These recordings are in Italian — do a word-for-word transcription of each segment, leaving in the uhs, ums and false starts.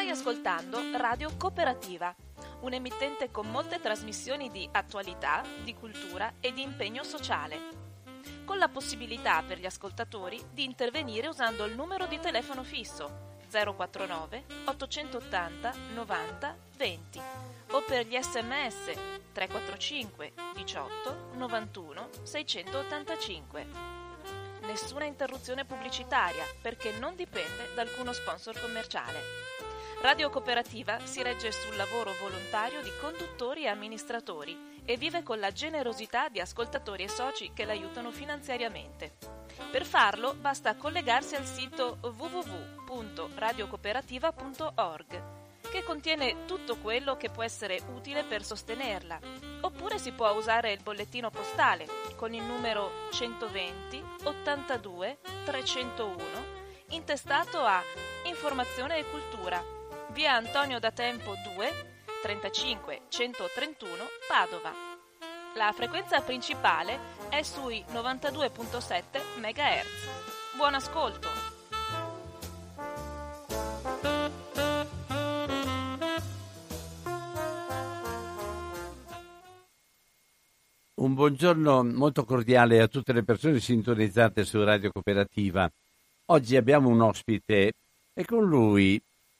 Stai ascoltando Radio Cooperativa, un emittente con molte trasmissioni di attualità, di cultura e di impegno sociale, con la possibilità per gli ascoltatori di intervenire usando il numero di telefono fisso zero quattro nove ottocentottanta novanta venti o per gli sms tre quattro cinque diciotto novantuno seicentottantacinque. Nessuna interruzione pubblicitaria perché non dipende da alcuno sponsor commerciale. Radio Cooperativa si regge sul lavoro volontario di conduttori e amministratori e vive con la generosità di ascoltatori e soci che l'aiutano finanziariamente. Per farlo basta collegarsi al sito w w w punto radiocooperativa punto org, che contiene tutto quello che può essere utile per sostenerla, oppure si può usare il bollettino postale con il numero centoventi ottantadue trecentouno intestato a Informazione e Cultura, via Antonio da Tempo due, trentacinque centotrentuno Padova. La frequenza principale è sui novantadue virgola sette megahertz. Buon ascolto! Un buongiorno molto cordiale a tutte le persone sintonizzate su Radio Cooperativa. Oggi abbiamo un ospite e con lui,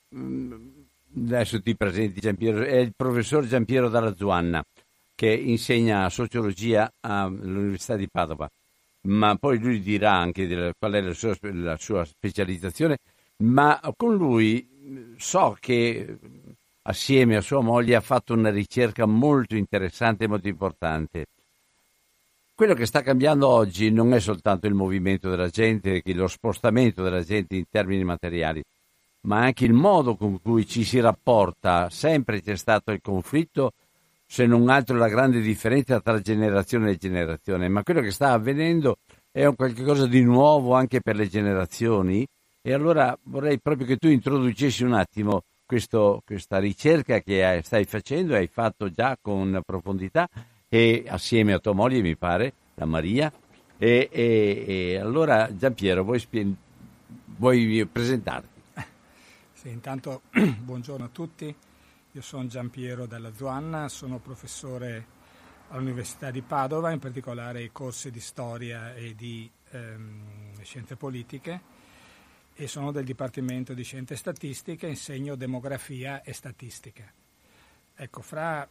adesso ti presenti Giampiero, è il professor Giampiero Dalla Zuanna, che insegna sociologia all'Università di Padova, ma poi lui dirà anche della, qual è la sua, la sua specializzazione, ma con lui so che assieme a sua moglie ha fatto una ricerca molto interessante e molto importante. Quello che sta cambiando oggi non è soltanto il movimento della gente, lo spostamento della gente in termini materiali, ma anche il modo con cui ci si rapporta. Sempre c'è stato il conflitto, se non altro la grande differenza tra generazione e generazione, ma quello che sta avvenendo è un qualcosa di nuovo anche per le generazioni, e allora vorrei proprio che tu introducessi un attimo questo, questa ricerca che stai facendo e hai fatto già con profondità, e assieme a tua moglie, mi pare, la Maria, e, e, e allora Giampiero, vuoi, spie- vuoi presentarti? Sì, intanto buongiorno a tutti, io sono Giampiero Dalla Zuanna, sono professore all'Università di Padova, in particolare ai corsi di storia e di ehm, scienze politiche, e sono del Dipartimento di Scienze Statistiche, insegno demografia e statistica. Ecco, fra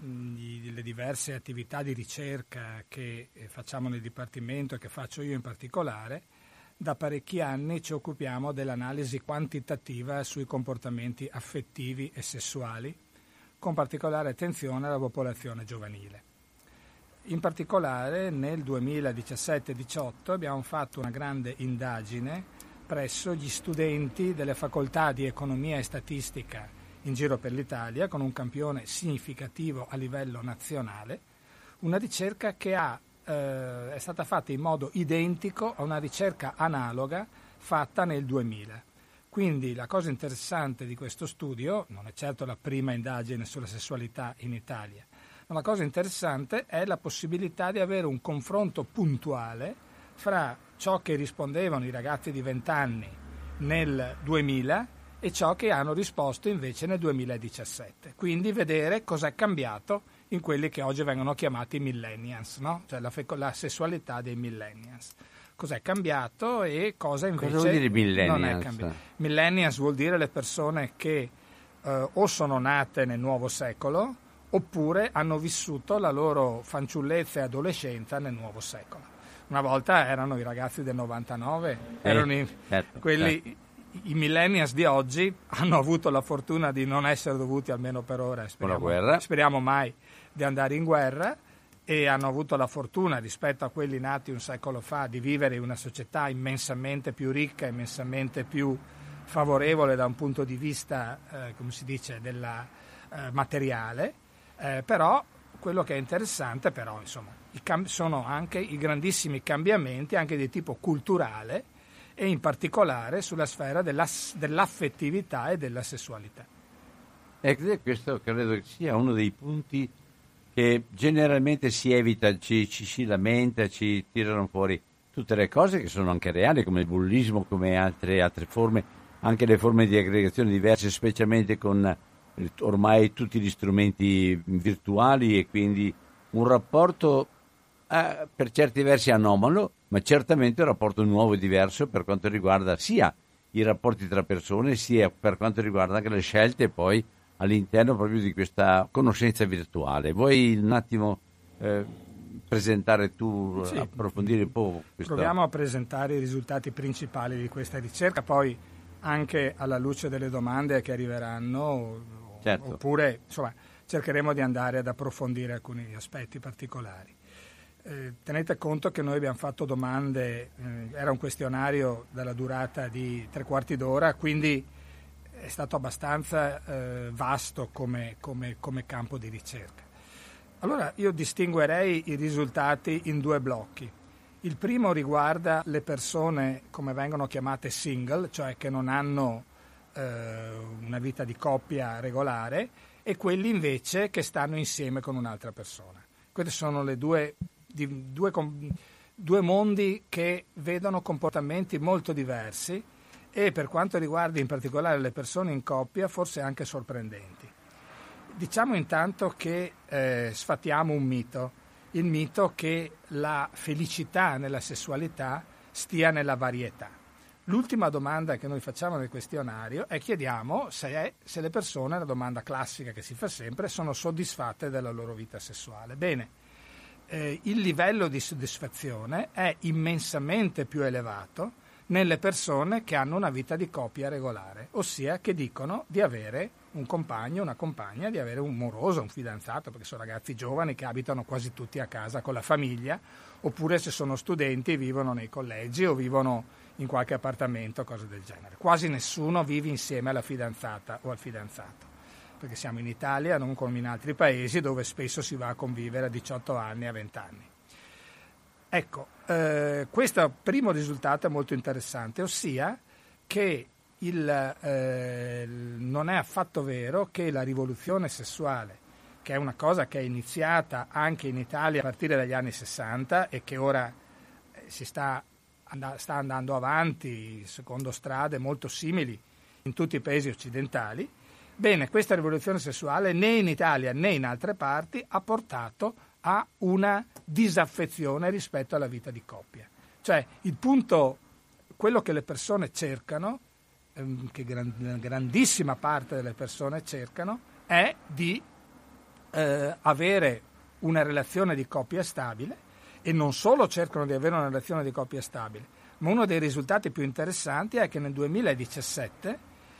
le diverse attività di ricerca che facciamo nel Dipartimento e che faccio io in particolare, da parecchi anni ci occupiamo dell'analisi quantitativa sui comportamenti affettivi e sessuali, con particolare attenzione alla popolazione giovanile. In particolare nel duemiladiciassette diciotto abbiamo fatto una grande indagine presso gli studenti delle facoltà di economia e statistica in giro per l'Italia, con un campione significativo a livello nazionale, una ricerca che ha, eh, è stata fatta in modo identico a una ricerca analoga fatta nel duemila. Quindi la cosa interessante di questo studio, non è certo la prima indagine sulla sessualità in Italia, ma la cosa interessante è la possibilità di avere un confronto puntuale fra ciò che rispondevano i ragazzi di venti anni nel duemila e ciò che hanno risposto invece nel duemiladiciassette. Quindi vedere cosa è cambiato in quelli che oggi vengono chiamati millennials, no? Cioè la, feco- la sessualità dei millennials. Cos'è cambiato e cosa invece cosa vuol dire millennials? Non è cambiato. Millennials vuol dire le persone che eh, o sono nate nel nuovo secolo oppure hanno vissuto la loro fanciullezza e adolescenza nel nuovo secolo. Una volta erano i ragazzi del novantanove, eh, erano i, certo, quelli... Certo. I millennials di oggi hanno avuto la fortuna di non essere dovuti, almeno per ora, speriamo, speriamo mai di andare in guerra, e hanno avuto la fortuna, rispetto a quelli nati un secolo fa, di vivere in una società immensamente più ricca, immensamente più favorevole da un punto di vista, eh, come si dice, della eh, materiale, eh, però quello che è interessante però, insomma, i cam- sono anche i grandissimi cambiamenti anche di tipo culturale, e in particolare sulla sfera della, dell'affettività e della sessualità. E questo credo che sia uno dei punti che generalmente si evita, ci, ci si lamenta, ci tirano fuori tutte le cose che sono anche reali, come il bullismo, come altre, altre forme anche le forme di aggregazione diverse, specialmente con ormai tutti gli strumenti virtuali, e quindi un rapporto eh, per certi versi anomalo, ma certamente un rapporto nuovo e diverso per quanto riguarda sia i rapporti tra persone, sia per quanto riguarda anche le scelte poi all'interno proprio di questa conoscenza virtuale. Vuoi un attimo eh, presentare tu, sì, approfondire un po' questo? Proviamo a presentare i risultati principali di questa ricerca, poi anche alla luce delle domande che arriveranno, certo. Oppure insomma cercheremo di andare ad approfondire alcuni aspetti particolari. Eh, tenete conto che noi abbiamo fatto domande, eh, era un questionario dalla durata di tre quarti d'ora, quindi è stato abbastanza eh, vasto come, come, come campo di ricerca. Allora io distinguerei i risultati in due blocchi. Il primo riguarda le persone come vengono chiamate single, cioè che non hanno eh, una vita di coppia regolare, e quelli invece che stanno insieme con un'altra persona. Queste sono le due, di, due, due mondi che vedono comportamenti molto diversi e, per quanto riguarda in particolare le persone in coppia, forse anche sorprendenti. Diciamo intanto che eh, sfatiamo un mito, il mito che la felicità nella sessualità stia nella varietà. L'ultima domanda che noi facciamo nel questionario è chiediamo se, è, se le persone, la domanda classica che si fa sempre, sono soddisfatte della loro vita sessuale. Bene, eh, il livello di soddisfazione è immensamente più elevato nelle persone che hanno una vita di coppia regolare, ossia che dicono di avere un compagno, una compagna, di avere un moroso, un fidanzato, perché sono ragazzi giovani che abitano quasi tutti a casa con la famiglia, oppure se sono studenti vivono nei collegi o vivono in qualche appartamento, cose del genere. Quasi nessuno vive insieme alla fidanzata o al fidanzato, perché siamo in Italia, non come in altri paesi dove spesso si va a convivere a diciotto anni, a venti anni. Ecco, eh, questo primo risultato è molto interessante, ossia che il, eh, non è affatto vero che la rivoluzione sessuale, che è una cosa che è iniziata anche in Italia a partire dagli anni sessanta e che ora eh, si sta, and- sta andando avanti secondo strade molto simili in tutti i paesi occidentali, bene, questa rivoluzione sessuale né in Italia né in altre parti ha portato a una disaffezione rispetto alla vita di coppia. Cioè il punto, quello che le persone cercano, ehm, che gran, grandissima parte delle persone cercano, è di eh, avere una relazione di coppia stabile, e non solo cercano di avere una relazione di coppia stabile, ma uno dei risultati più interessanti è che nel duemiladiciassette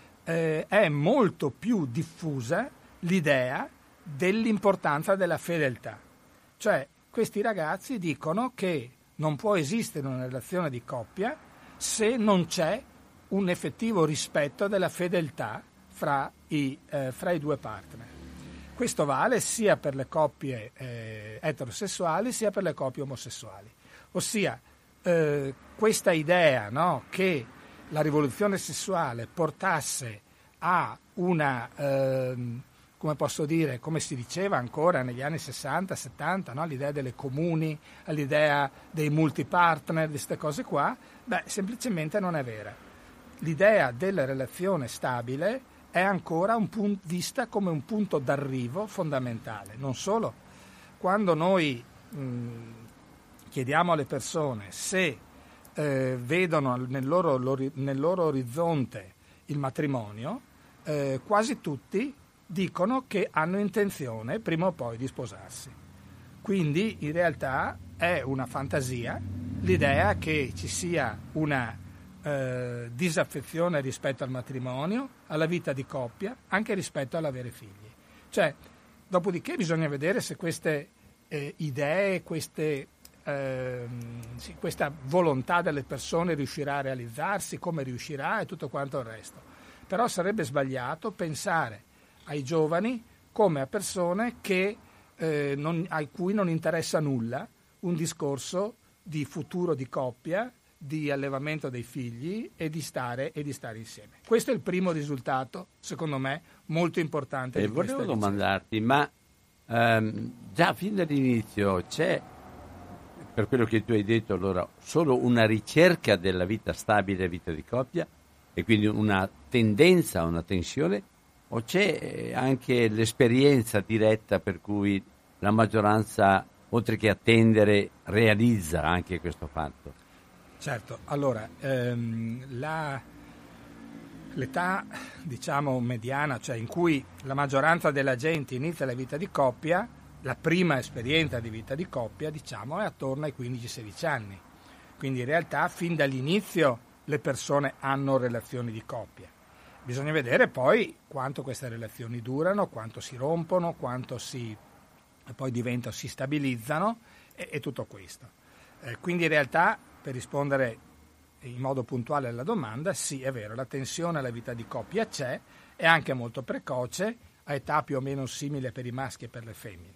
eh, è molto più diffusa l'idea dell'importanza della fedeltà. Cioè, questi ragazzi dicono che non può esistere una relazione di coppia se non c'è un effettivo rispetto della fedeltà fra i, eh, fra i due partner. Questo vale sia per le coppie eh, eterosessuali sia per le coppie omosessuali. Ossia, eh, questa idea, no, che la rivoluzione sessuale portasse a una... Eh, come posso dire, come si diceva ancora negli anni sessanta settanta, no? All'idea delle comuni, all'idea dei multipartner, di queste cose qua, beh, semplicemente non è vera. L'idea della relazione stabile è ancora un punto, vista come un punto d'arrivo fondamentale. Non solo, quando noi mh, chiediamo alle persone se eh, vedono nel loro, loro, nel loro orizzonte il matrimonio, eh, quasi tutti dicono che hanno intenzione prima o poi di sposarsi. Quindi in realtà è una fantasia l'idea che ci sia una eh, disaffezione rispetto al matrimonio, alla vita di coppia, anche rispetto all'avere figli. Cioè, dopodiché bisogna vedere se queste eh, idee, queste, eh, sì, questa volontà delle persone riuscirà a realizzarsi, come riuscirà e tutto quanto il resto. Però sarebbe sbagliato pensare ai giovani come a persone che, eh, non, a cui non interessa nulla un discorso di futuro di coppia, di allevamento dei figli e di stare, e di stare insieme. Questo è il primo risultato, secondo me, molto importante. E di volevo domandarti, ma ehm, già fin dall'inizio c'è, per quello che tu hai detto, allora, solo una ricerca della vita stabile, vita di coppia, e quindi una tendenza, una tensione, o c'è anche l'esperienza diretta per cui la maggioranza, oltre che attendere, realizza anche questo fatto? Certo, allora, ehm, la, l'età, diciamo, mediana, cioè in cui la maggioranza della gente inizia la vita di coppia, la prima esperienza di vita di coppia, diciamo, è attorno ai quindici sedici anni. Quindi in realtà fin dall'inizio le persone hanno relazioni di coppia. Bisogna vedere poi quanto queste relazioni durano, quanto si rompono, quanto si poi diventano, si stabilizzano e, e tutto questo. Eh, quindi in realtà, per rispondere in modo puntuale alla domanda, sì, è vero, la tensione alla vita di coppia c'è, è anche molto precoce, a età più o meno simile per i maschi e per le femmine.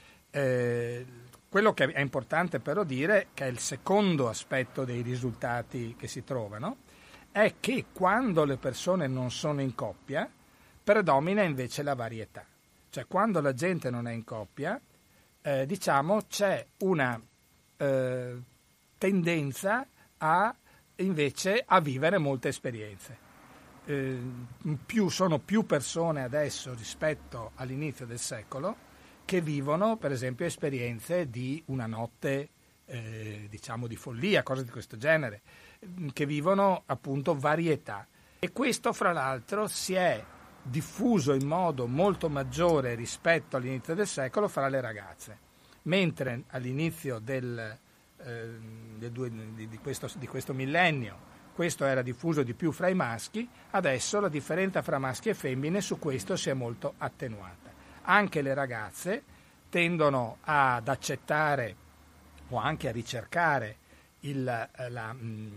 Eh, quello che è importante però dire, che è il secondo aspetto dei risultati che si trovano, è che quando le persone non sono in coppia, predomina invece la varietà. Cioè quando la gente non è in coppia, eh, diciamo, c'è una eh, tendenza a invece a vivere molte esperienze. Eh, più, sono più persone adesso rispetto all'inizio del secolo che vivono, per esempio, esperienze di una notte, eh, diciamo, di follia, cose di questo genere, che vivono appunto varietà. E questo, fra l'altro, si è diffuso in modo molto maggiore rispetto all'inizio del secolo fra le ragazze, mentre all'inizio del, eh, del due, di, di, questo, di questo millennio questo era diffuso di più fra i maschi, adesso la differenza fra maschi e femmine su questo si è molto attenuata. Anche le ragazze tendono ad accettare o anche a ricercare il, la,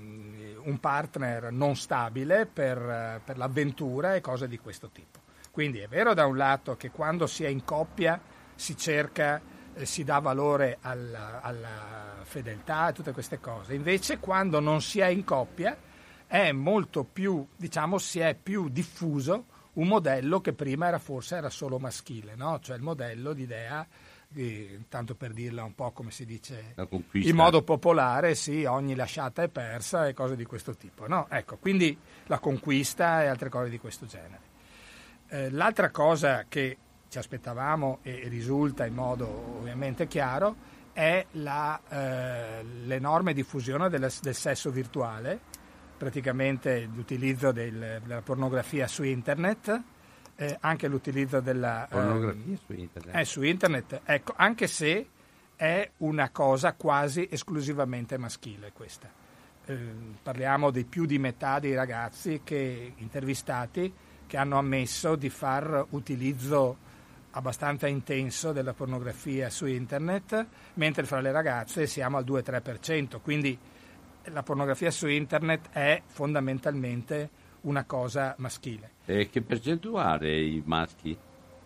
un partner non stabile per, per l'avventura e cose di questo tipo. Quindi è vero da un lato che quando si è in coppia si cerca, eh, si dà valore alla, alla fedeltà e tutte queste cose, invece quando non si è in coppia è molto più, diciamo, si è più diffuso un modello che prima era forse era solo maschile, no? Cioè il modello d'idea, di, tanto per dirla un po' come si dice in modo popolare, sì, ogni lasciata è persa e cose di questo tipo, no? Ecco, quindi la conquista e altre cose di questo genere. Eh, l'altra cosa che ci aspettavamo e risulta in modo ovviamente chiaro è la, eh, l'enorme diffusione del, del sesso virtuale, praticamente l'utilizzo del, della pornografia su internet, eh, anche l'utilizzo della pornografia eh, su internet. Eh, su internet, ecco, anche se è una cosa quasi esclusivamente maschile questa. Eh, parliamo di più di metà dei ragazzi che intervistati che hanno ammesso di far utilizzo abbastanza intenso della pornografia su internet, mentre fra le ragazze siamo al due tre per cento, quindi la pornografia su internet è fondamentalmente una cosa maschile. E che percentuale i maschi?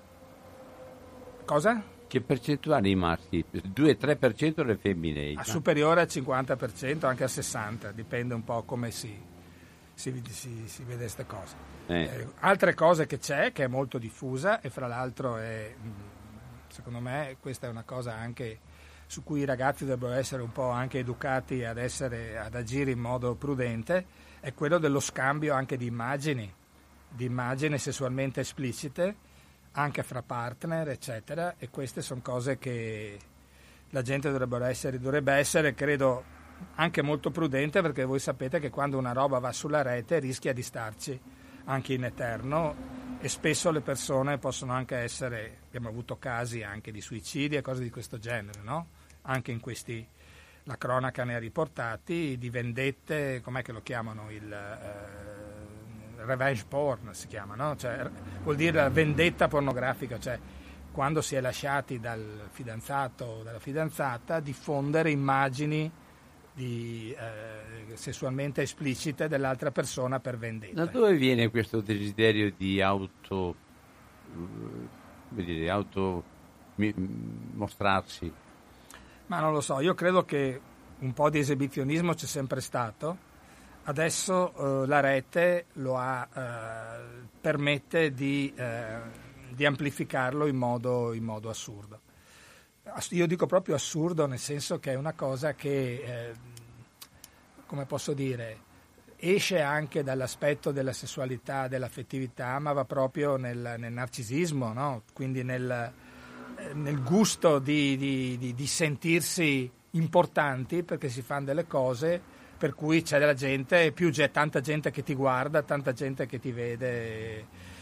Cosa? Che percentuale i maschi? due tre per cento le femmine? A superiore al cinquanta per cento, anche al sessanta per cento, dipende un po' come si, si, si, si vede queste cose. Eh. Eh, altre cose che c'è, che è molto diffusa e fra l'altro è, secondo me questa è una cosa anche su cui i ragazzi dovrebbero essere un po' anche educati ad essere, ad agire in modo prudente, è quello dello scambio anche di immagini, di immagini sessualmente esplicite, anche fra partner, eccetera, e queste sono cose che la gente dovrebbe essere, dovrebbe essere, credo, anche molto prudente, perché voi sapete che quando una roba va sulla rete rischia di starci anche in eterno e spesso le persone possono anche essere, abbiamo avuto casi anche di suicidi e cose di questo genere, no? Anche in questi, la cronaca ne ha riportati, di vendette, com'è che lo chiamano, il eh, revenge porn si chiama, no? Cioè, vuol dire la vendetta pornografica, cioè quando si è lasciati dal fidanzato o dalla fidanzata diffondere immagini di, eh, sessualmente esplicite dell'altra persona per vendetta. Da dove viene questo desiderio di auto, come dire, auto mostrarsi? Ma non lo so, io credo che un po' di esibizionismo c'è sempre stato, adesso eh, la rete lo ha, eh, permette di, eh, di amplificarlo in modo, in modo assurdo. Io dico proprio assurdo nel senso che è una cosa che, eh, come posso dire, esce anche dall'aspetto della sessualità, dell'affettività, ma va proprio nel, nel narcisismo, no? Quindi nel, nel gusto di, di, di, di sentirsi importanti perché si fanno delle cose per cui c'è della gente, più c'è tanta gente che ti guarda, tanta gente che ti vede, eh,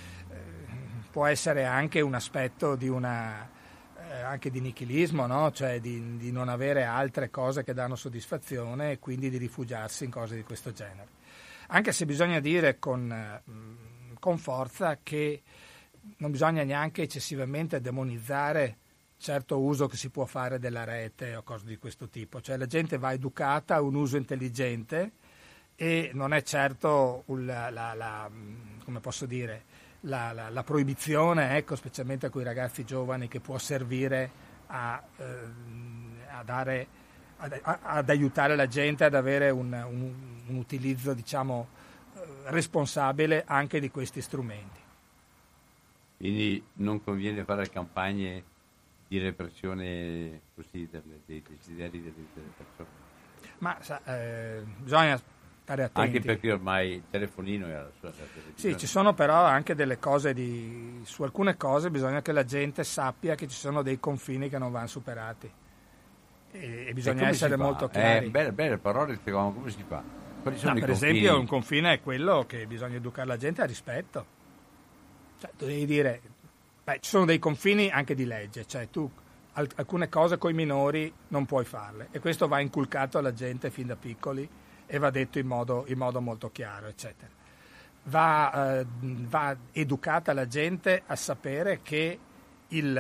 può essere anche un aspetto di una eh, anche di nichilismo, no? Cioè di, di non avere altre cose che danno soddisfazione e quindi di rifugiarsi in cose di questo genere. Anche se bisogna dire con, con forza che non bisogna neanche eccessivamente demonizzare certo uso che si può fare della rete o cose di questo tipo, cioè la gente va educata a un uso intelligente e non è certo la, la, la, come posso dire, la, la, la proibizione, ecco, specialmente a quei ragazzi giovani, che può servire a, eh, a dare, ad, ad aiutare la gente ad avere un, un, un utilizzo, diciamo, responsabile anche di questi strumenti. Quindi non conviene fare campagne di repressione così delle, dei desideri delle, delle persone. Ma sa, eh, bisogna stare attenti. Anche perché ormai il telefonino è la sua televisione. Sì, ci sono però anche delle cose di... su alcune cose bisogna che la gente sappia che ci sono dei confini che non vanno superati. E, e bisogna e essere molto chiari. Eh, belle, belle parole, ma come si fa? Quali sono No, i per confini? esempio un confine è quello che bisogna educare la gente a rispetto. Cioè, tu devi dire... Beh, ci sono dei confini anche di legge, cioè tu alcune cose coi minori non puoi farle e questo va inculcato alla gente fin da piccoli e va detto in modo, in modo molto chiaro, eccetera. Va, eh, va educata la gente a sapere che, il,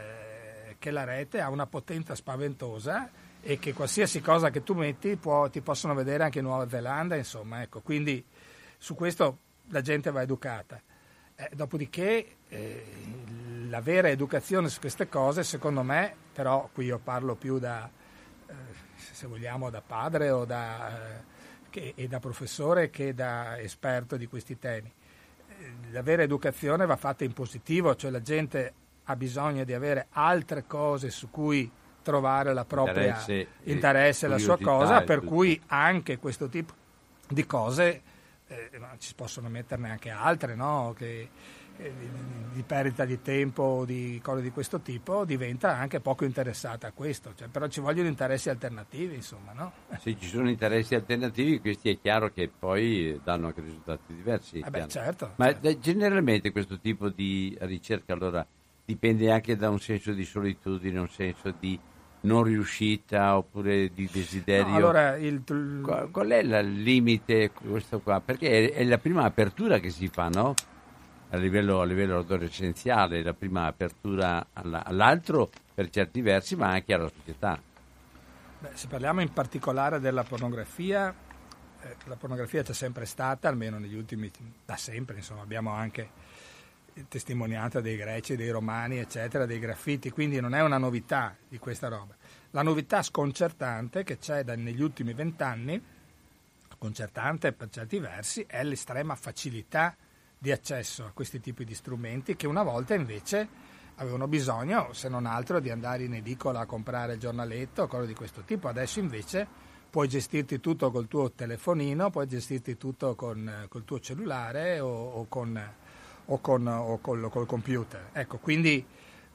eh, che la rete ha una potenza spaventosa e che qualsiasi cosa che tu metti può, ti possono vedere anche in Nuova Zelanda, insomma, ecco, quindi su questo la gente va educata. Eh, dopodiché eh, la vera educazione su queste cose, secondo me, però qui io parlo più da, eh, se vogliamo, da padre o da, eh, che, e da professore che da esperto di questi temi. Eh, la vera educazione va fatta in positivo, cioè la gente ha bisogno di avere altre cose su cui trovare la propria interesse, interesse la sua cosa, per tutto. Cui anche questo tipo di cose Eh, ci possono metterne anche altre, no? Che, eh, di, di perdita di tempo, di cose di questo tipo, diventa anche poco interessata a questo, cioè, però ci vogliono interessi alternativi, insomma, no? Se ci sono interessi alternativi, questi è chiaro che poi danno anche risultati diversi. Eh beh, certo, Ma certo. Generalmente questo tipo di ricerca allora dipende anche da un senso di solitudine, un senso di non riuscita oppure di desiderio. No, allora il... qual, qual è il limite questo qua? Perché è, è la prima apertura che si fa, no? A livello, a livello adolescenziale, la prima apertura alla, all'altro per certi versi, ma anche alla società. Beh, se parliamo in particolare della pornografia, eh, la pornografia c'è sempre stata, almeno negli ultimi, da sempre, insomma, abbiamo anche testimonianza dei greci, dei romani, eccetera, dei graffiti, quindi non è una novità di questa roba. La novità sconcertante che c'è da, negli ultimi vent'anni, sconcertante per certi versi, è l'estrema facilità di accesso a questi tipi di strumenti che una volta invece avevano bisogno, se non altro, di andare in edicola a comprare il giornaletto o cose di questo tipo. Adesso invece puoi gestirti tutto col tuo telefonino, puoi gestirti tutto con col tuo cellulare o, o con o con o col, col computer. Ecco, quindi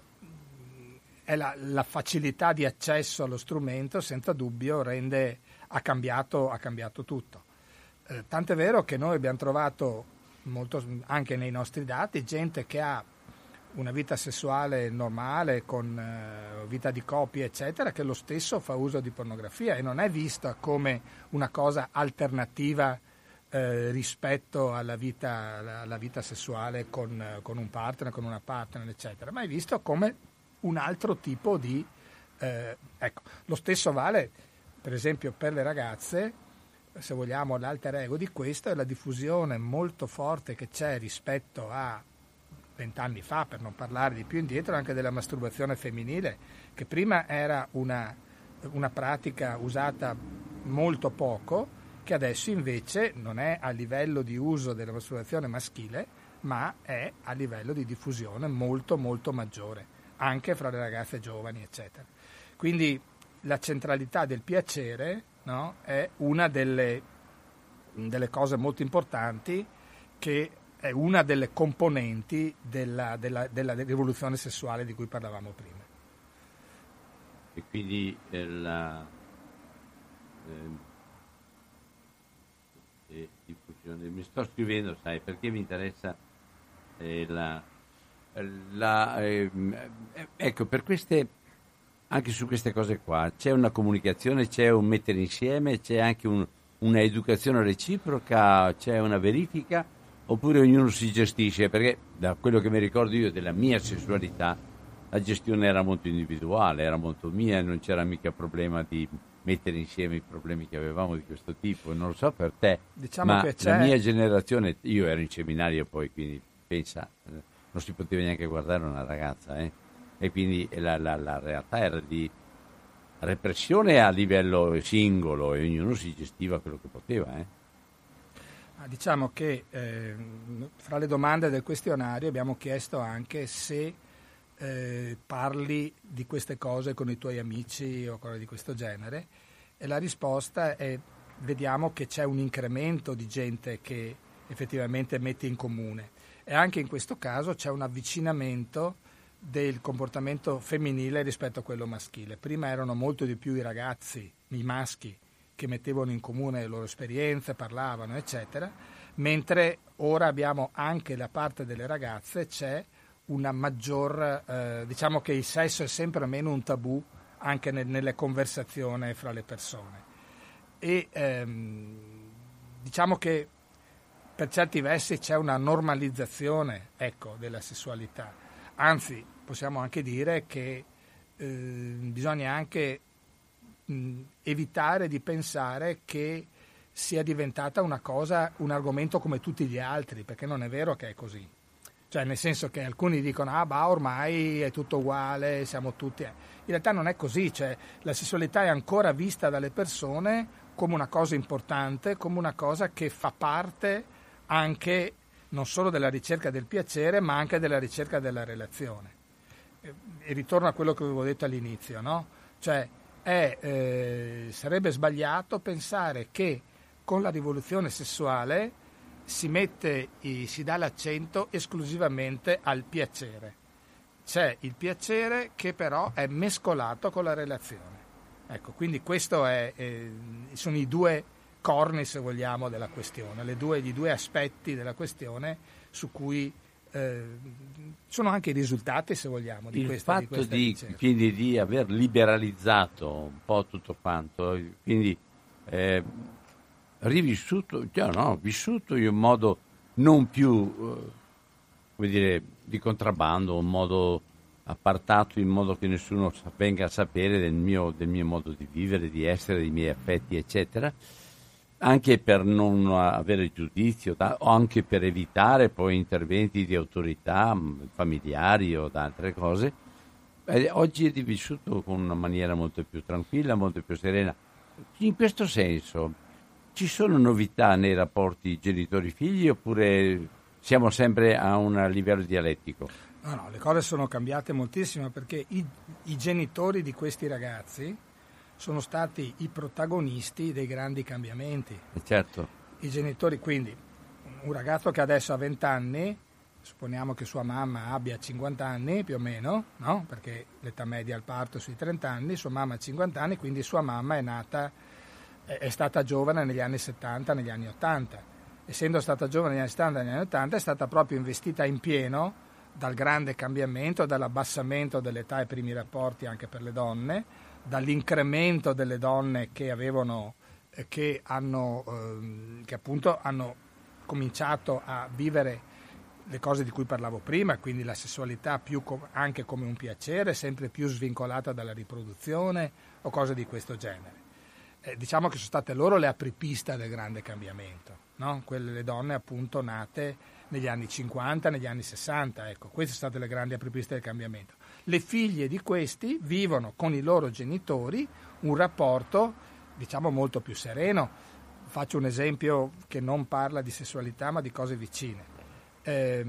è la, la facilità di accesso allo strumento senza dubbio rende ha cambiato, ha cambiato tutto. Eh, tant'è vero che noi abbiamo trovato molto, anche nei nostri dati, gente che ha una vita sessuale normale, con eh, vita di coppia, eccetera, che lo stesso fa uso di pornografia e non è vista come una cosa alternativa Eh, rispetto alla vita, alla vita sessuale con, con un partner, con una partner, eccetera, ma è visto come un altro tipo di... Eh, ecco, lo stesso vale, per esempio, per le ragazze, se vogliamo, l'alter ego di questo è la diffusione molto forte che c'è rispetto a vent'anni fa, per non parlare di più indietro, anche della masturbazione femminile, che prima era una, una pratica usata molto poco, che adesso invece non è a livello di uso della masturbazione maschile, ma è a livello di diffusione molto molto maggiore, anche fra le ragazze giovani, eccetera. Quindi la centralità del piacere, no, è una delle delle cose molto importanti, che è una delle componenti della, della, della rivoluzione sessuale di cui parlavamo prima. E quindi eh, la eh, eh, diffusione, mi sto scrivendo, sai, perché mi interessa eh, la, la eh, ecco, per queste, anche su queste cose qua c'è una comunicazione, c'è un mettere insieme, c'è anche un, una educazione reciproca, c'è una verifica, oppure ognuno si gestisce? Perché da quello che mi ricordo io della mia sessualità, la gestione era molto individuale, era molto mia, non c'era mica problema di mettere insieme i problemi che avevamo di questo tipo. Non lo so per te, diciamo ma che c'è... la mia generazione, io ero in seminario poi, quindi pensa, non si poteva neanche guardare una ragazza, eh? E quindi la, la, la realtà era di repressione a livello singolo e ognuno si gestiva quello che poteva, eh? Diciamo che eh, fra le domande del questionario abbiamo chiesto anche se eh, parli di queste cose con i tuoi amici o cose di questo genere, e la risposta è: vediamo che c'è un incremento di gente che effettivamente mette in comune, e anche in questo caso c'è un avvicinamento del comportamento femminile rispetto a quello maschile. Prima erano molto di più i ragazzi, i maschi, che mettevano in comune le loro esperienze, parlavano, eccetera, mentre ora abbiamo anche da parte delle ragazze c'è una maggior, eh, diciamo che il sesso è sempre meno un tabù anche nel, nelle conversazioni fra le persone. E ehm, diciamo che per certi versi c'è una normalizzazione, ecco, della sessualità. Anzi, possiamo anche dire che eh, bisogna anche evitare di pensare che sia diventata una cosa, un argomento come tutti gli altri, perché non è vero che è così. Cioè, nel senso che alcuni dicono: ah, bah, ormai è tutto uguale, siamo tutti... In realtà non è così, cioè la sessualità è ancora vista dalle persone come una cosa importante, come una cosa che fa parte anche non solo della ricerca del piacere, ma anche della ricerca della relazione. E ritorno a quello che avevo detto all'inizio, no? Cioè, È, eh, sarebbe sbagliato pensare che con la rivoluzione sessuale si mette, si dà l'accento esclusivamente al piacere. C'è il piacere che però è mescolato con la relazione. Ecco, quindi questo è, eh, sono i due corni, se vogliamo, della questione, le due, i due aspetti della questione su cui Eh, sono anche i risultati, se vogliamo, di il questa fatto di, questa di, ricerca. Quindi di aver liberalizzato un po' tutto quanto, quindi eh, rivissuto, cioè, no, vissuto in un modo non più eh, come dire, di contrabbando, un modo appartato, in modo che nessuno venga a sapere del mio, del mio modo di vivere, di essere, dei miei affetti, eccetera, anche per non avere giudizio, o anche per evitare poi interventi di autorità familiari o da altre cose. Eh, oggi è vissuto con una maniera molto più tranquilla, molto più serena. In questo senso, ci sono novità nei rapporti genitori-figli, oppure siamo sempre a un livello dialettico? No, no, le cose sono cambiate moltissimo, perché i, i genitori di questi ragazzi sono stati i protagonisti dei grandi cambiamenti. Certo. I genitori, quindi, un ragazzo che adesso ha venti anni, supponiamo che sua mamma abbia cinquanta anni più o meno, no? Perché l'età media al parto è sui trenta anni, sua mamma ha cinquanta anni, quindi sua mamma è nata, è stata giovane negli anni settanta, negli anni ottanta. Essendo stata giovane negli anni settanta, negli anni ottanta, è stata proprio investita in pieno dal grande cambiamento, dall'abbassamento dell'età ai primi rapporti anche per le donne, dall'incremento delle donne che avevano eh, che hanno ehm, che appunto hanno cominciato a vivere le cose di cui parlavo prima, quindi la sessualità più com- anche come un piacere, sempre più svincolata dalla riproduzione o cose di questo genere. Eh, diciamo che sono state loro le apripista del grande cambiamento, no? Quelle le donne appunto nate negli anni cinquanta, negli anni sessanta, ecco, queste sono state le grandi apripiste del cambiamento. Le figlie di questi vivono con i loro genitori un rapporto, diciamo, molto più sereno. Faccio un esempio che non parla di sessualità ma di cose vicine. Eh,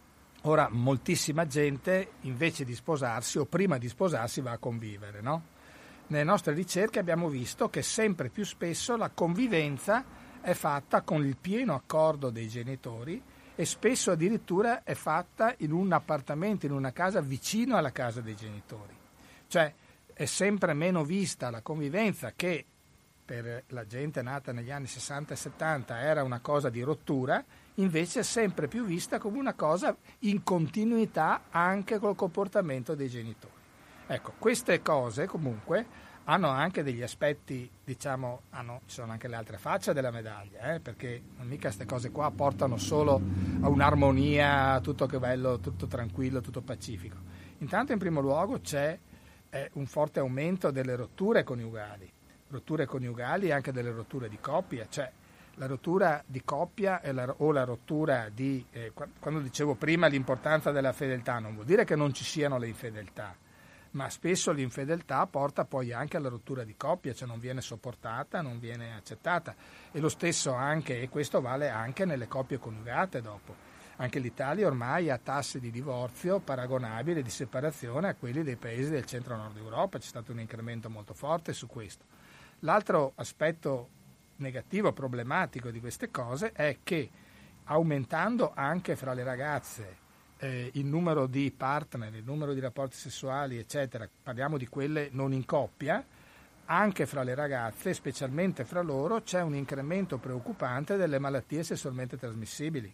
ora, moltissima gente, invece di sposarsi o prima di sposarsi, va a convivere, no? Nelle nostre ricerche abbiamo visto che sempre più spesso la convivenza è fatta con il pieno accordo dei genitori e spesso addirittura è fatta in un appartamento, in una casa vicino alla casa dei genitori. Cioè è sempre meno vista la convivenza, che per la gente nata negli anni sessanta e settanta era una cosa di rottura, invece è sempre più vista come una cosa in continuità anche col comportamento dei genitori. Ecco, queste cose comunque hanno anche degli aspetti, diciamo, hanno, ci sono anche le altre facce della medaglia, eh, perché non mica queste cose qua portano solo a un'armonia, tutto che bello, tutto tranquillo, tutto pacifico. Intanto in primo luogo c'è eh, un forte aumento delle rotture coniugali, rotture coniugali e anche delle rotture di coppia, cioè la rottura di coppia e la, o la rottura di, eh, quando dicevo prima l'importanza della fedeltà, non vuol dire che non ci siano le infedeltà, ma spesso l'infedeltà porta poi anche alla rottura di coppia, cioè non viene sopportata, non viene accettata, e lo stesso anche, e questo vale anche nelle coppie coniugate dopo. Anche l'Italia ormai ha tassi di divorzio paragonabili, di separazione, a quelli dei paesi del centro-nord Europa, c'è stato un incremento molto forte su questo. L'altro aspetto negativo, problematico di queste cose è che aumentando anche fra le ragazze Eh, il numero di partner, il numero di rapporti sessuali, eccetera, parliamo di quelle non in coppia, anche fra le ragazze, specialmente fra loro, c'è un incremento preoccupante delle malattie sessualmente trasmissibili,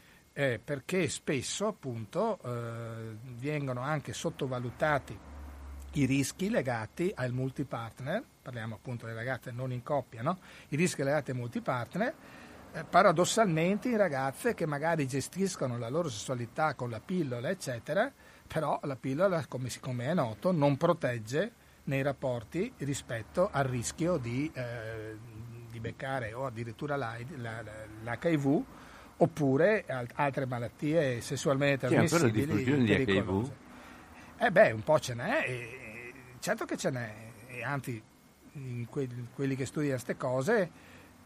eh, perché spesso appunto eh, vengono anche sottovalutati i rischi legati al multipartner, parliamo appunto delle ragazze non in coppia, no? I rischi legati al multipartner, Eh, paradossalmente in ragazze che magari gestiscono la loro sessualità con la pillola eccetera, però la pillola, come, come è noto, non protegge nei rapporti rispetto al rischio di, eh, di beccare o addirittura l'H I V oppure altre malattie sessualmente trasmissibili pericolose. Eh beh, un po' ce n'è, e, certo che ce n'è, e anzi in que- quelli che studiano queste cose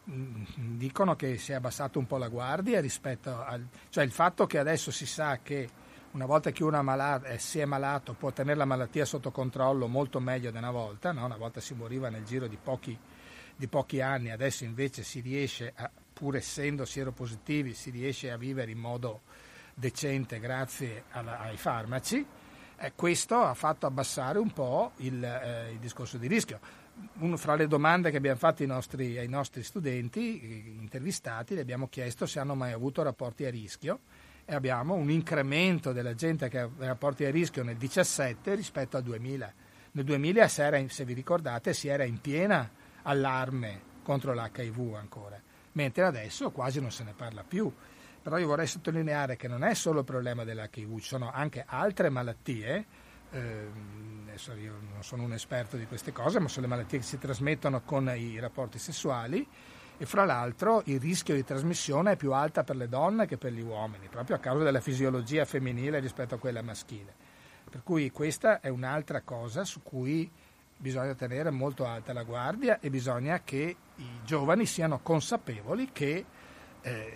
dicono che si è abbassato un po' la guardia rispetto al, cioè il fatto che adesso si sa che una volta che uno è malato, eh, si è malato, può tenere la malattia sotto controllo molto meglio di una volta, no? Una volta si moriva nel giro di pochi, di pochi anni, adesso invece si riesce a, pur essendo sieropositivi, si riesce a vivere in modo decente grazie alla, ai farmaci. Eh, questo ha fatto abbassare un po' il, eh, il discorso di rischio. Uno fra le domande che abbiamo fatto ai nostri, ai nostri studenti intervistati, le abbiamo chiesto se hanno mai avuto rapporti a rischio, e abbiamo un incremento della gente che ha rapporti a rischio nel diciassette rispetto al duemila. Nel duemila, se, era in, se vi ricordate, si era in piena allarme contro l'H I V ancora, mentre adesso quasi non se ne parla più. Però io vorrei sottolineare che non è solo il problema dell'H I V, ci sono anche altre malattie. Eh, adesso io non sono un esperto di queste cose, ma sono le malattie che si trasmettono con i rapporti sessuali, e fra l'altro il rischio di trasmissione è più alta per le donne che per gli uomini, proprio a causa della fisiologia femminile rispetto a quella maschile. Per cui questa è un'altra cosa su cui bisogna tenere molto alta la guardia, e bisogna che i giovani siano consapevoli che, eh,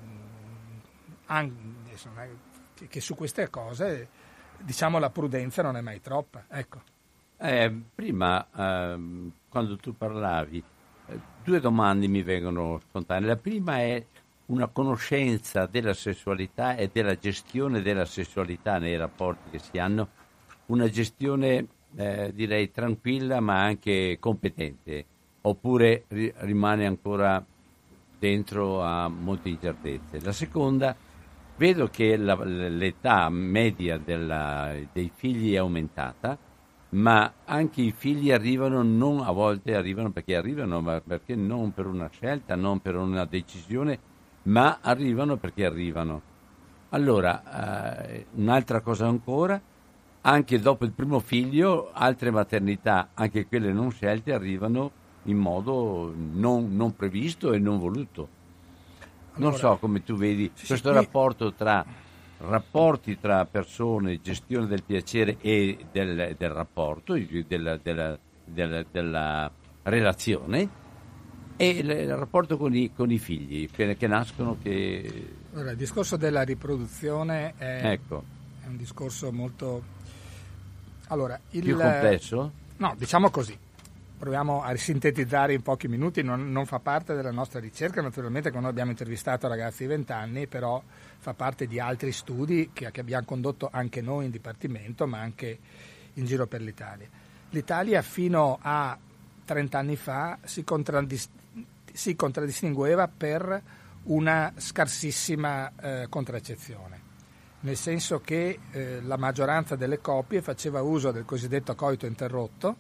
anche, che su queste cose, diciamo, la prudenza non è mai troppa, ecco. Eh, prima, eh, quando tu parlavi, eh, due domande mi vengono spontanee. La prima è una conoscenza della sessualità e della gestione della sessualità nei rapporti che si hanno, una gestione eh, direi tranquilla ma anche competente, oppure ri- rimane ancora dentro a molte incertezze. La seconda, vedo che la, l'età media della, dei figli è aumentata, ma anche i figli arrivano, non a volte arrivano perché arrivano, ma perché non per una scelta, non per una decisione, ma arrivano perché arrivano. Allora, eh, un'altra cosa ancora, anche dopo il primo figlio, altre maternità, anche quelle non scelte, arrivano in modo non, non previsto e non voluto. Non allora, so come tu vedi sì, questo sì, rapporto tra rapporti tra persone, gestione del piacere e del, del rapporto, della, della, della, della relazione, e il, il rapporto con i, con i figli che, che nascono. Che... Allora, il discorso della riproduzione è, ecco. è un discorso molto... Allora, il... più complesso? No, diciamo così. proviamo a sintetizzare in pochi minuti, non, non fa parte della nostra ricerca, naturalmente, che noi abbiamo intervistato ragazzi di venti anni, però fa parte di altri studi che, che abbiamo condotto anche noi in dipartimento, ma anche in giro per l'Italia. L'Italia fino a trenta anni fa si, contraddist- si contraddistingueva per una scarsissima eh, contraccezione, nel senso che eh, la maggioranza delle coppie faceva uso del cosiddetto coito interrotto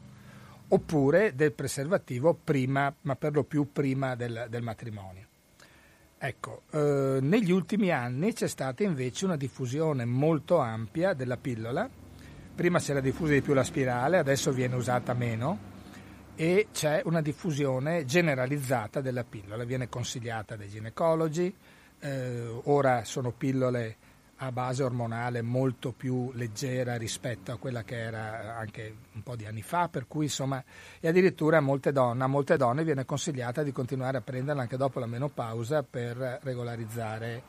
oppure del preservativo prima, ma per lo più prima del, del matrimonio. Ecco, eh, negli ultimi anni c'è stata invece una diffusione molto ampia della pillola. Prima si era diffusa di più la spirale, adesso viene usata meno, e c'è una diffusione generalizzata della pillola, viene consigliata dai ginecologi, eh, ora sono pillole a base ormonale molto più leggera rispetto a quella che era anche un po' di anni fa, per cui insomma, e addirittura a molte donne, a molte donne viene consigliata di continuare a prenderla anche dopo la menopausa per regolarizzare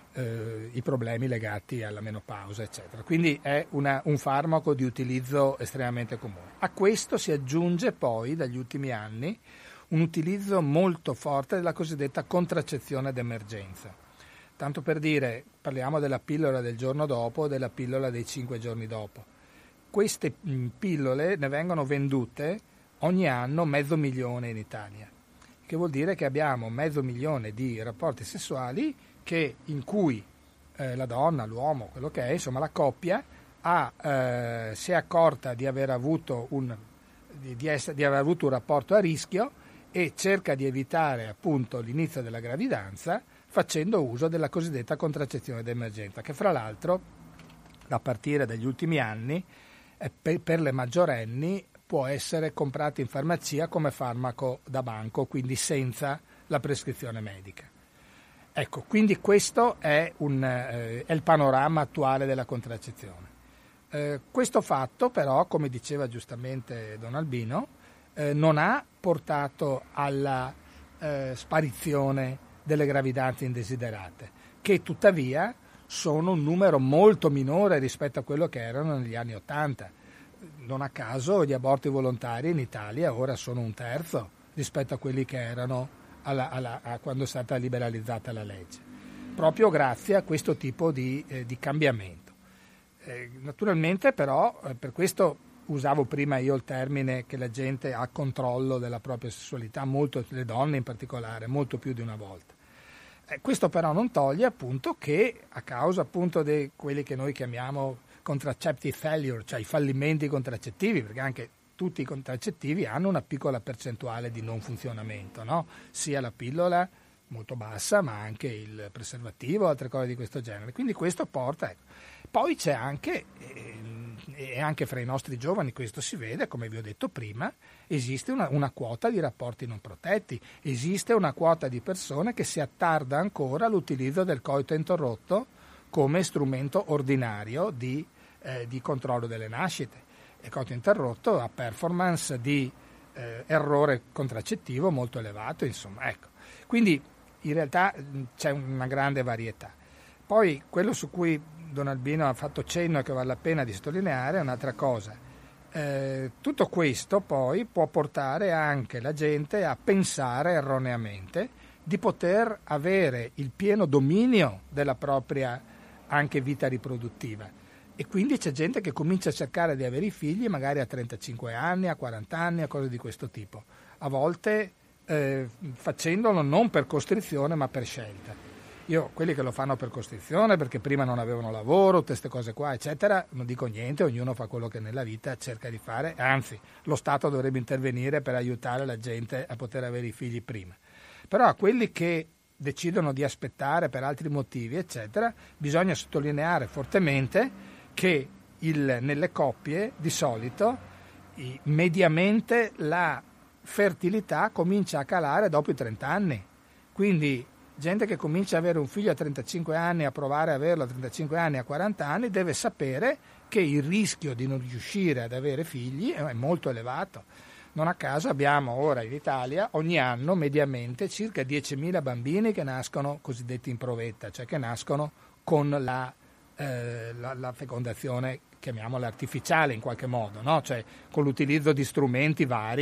eh, i problemi legati alla menopausa, eccetera. Quindi è una, un farmaco di utilizzo estremamente comune. A questo si aggiunge poi, dagli ultimi anni, un utilizzo molto forte della cosiddetta contraccezione d'emergenza. Tanto per dire, parliamo della pillola del giorno dopo, della pillola dei cinque giorni dopo. Queste mh, pillole ne vengono vendute ogni anno mezzo milione in Italia, che vuol dire che abbiamo mezzo milione di rapporti sessuali che, in cui eh, la donna, l'uomo, quello che è, insomma la coppia, ha, eh, si è accorta di aver avuto un, di, di, essere, di aver avuto un rapporto a rischio e cerca di evitare appunto l'inizio della gravidanza facendo uso della cosiddetta contraccezione d'emergenza, che fra l'altro a partire dagli ultimi anni eh, per, per le maggiorenni può essere comprata in farmacia come farmaco da banco, quindi senza la prescrizione medica. Ecco, quindi questo è, un, eh, è il panorama attuale della contraccezione. Eh, questo fatto però, come diceva giustamente Don Albino, eh, non ha portato alla eh, sparizione delle gravidanze indesiderate, che tuttavia sono un numero molto minore rispetto a quello che erano negli anni Ottanta. Non a caso gli aborti volontari in Italia ora sono un terzo rispetto a quelli che erano alla, alla, a quando è stata liberalizzata la legge, proprio grazie a questo tipo di, eh, di cambiamento. Eh, naturalmente però, eh, per questo usavo prima io il termine che la gente ha controllo della propria sessualità, molto, le donne in particolare, molto più di una volta. Eh, questo però non toglie appunto che a causa appunto di quelli che noi chiamiamo contraceptive failure, cioè i fallimenti contraccettivi, perché anche tutti i contraccettivi hanno una piccola percentuale di non funzionamento, no? Sia la pillola molto bassa, ma anche il preservativo, altre cose di questo genere. Quindi questo porta... Ecco. Poi c'è anche, e anche fra i nostri giovani questo si vede, come vi ho detto prima, esiste una, una quota di rapporti non protetti, esiste una quota di persone che si attarda ancora all'utilizzo del coito interrotto come strumento ordinario di, eh, di controllo delle nascite. Il coito interrotto ha performance di eh, errore contraccettivo molto elevato, insomma, ecco. Quindi in realtà c'è una grande varietà. Poi quello su cui Don Albino ha fatto cenno e che vale la pena di sottolineare è un'altra cosa. Eh, tutto questo poi può portare anche la gente a pensare erroneamente di poter avere il pieno dominio della propria anche vita riproduttiva, e quindi c'è gente che comincia a cercare di avere i figli magari a trentacinque anni, a quaranta anni, a cose di questo tipo, a volte eh, facendolo non per costrizione ma per scelta. Io, quelli che lo fanno per costrizione, perché prima non avevano lavoro, queste cose qua, eccetera, non dico niente, ognuno fa quello che nella vita cerca di fare, anzi, lo Stato dovrebbe intervenire per aiutare la gente a poter avere i figli prima. Però a quelli che decidono di aspettare per altri motivi, eccetera, bisogna sottolineare fortemente che il, nelle coppie, di solito, i, mediamente la fertilità comincia a calare dopo i trenta anni. Quindi gente che comincia ad avere un figlio a trentacinque anni, a provare a averlo a trentacinque anni, a quaranta anni, deve sapere che il rischio di non riuscire ad avere figli è molto elevato. Non a caso abbiamo ora in Italia ogni anno mediamente circa diecimila bambini che nascono cosiddetti in provetta, cioè che nascono con la, eh, la, la fecondazione, chiamiamola artificiale in qualche modo, no? Cioè con l'utilizzo di strumenti vari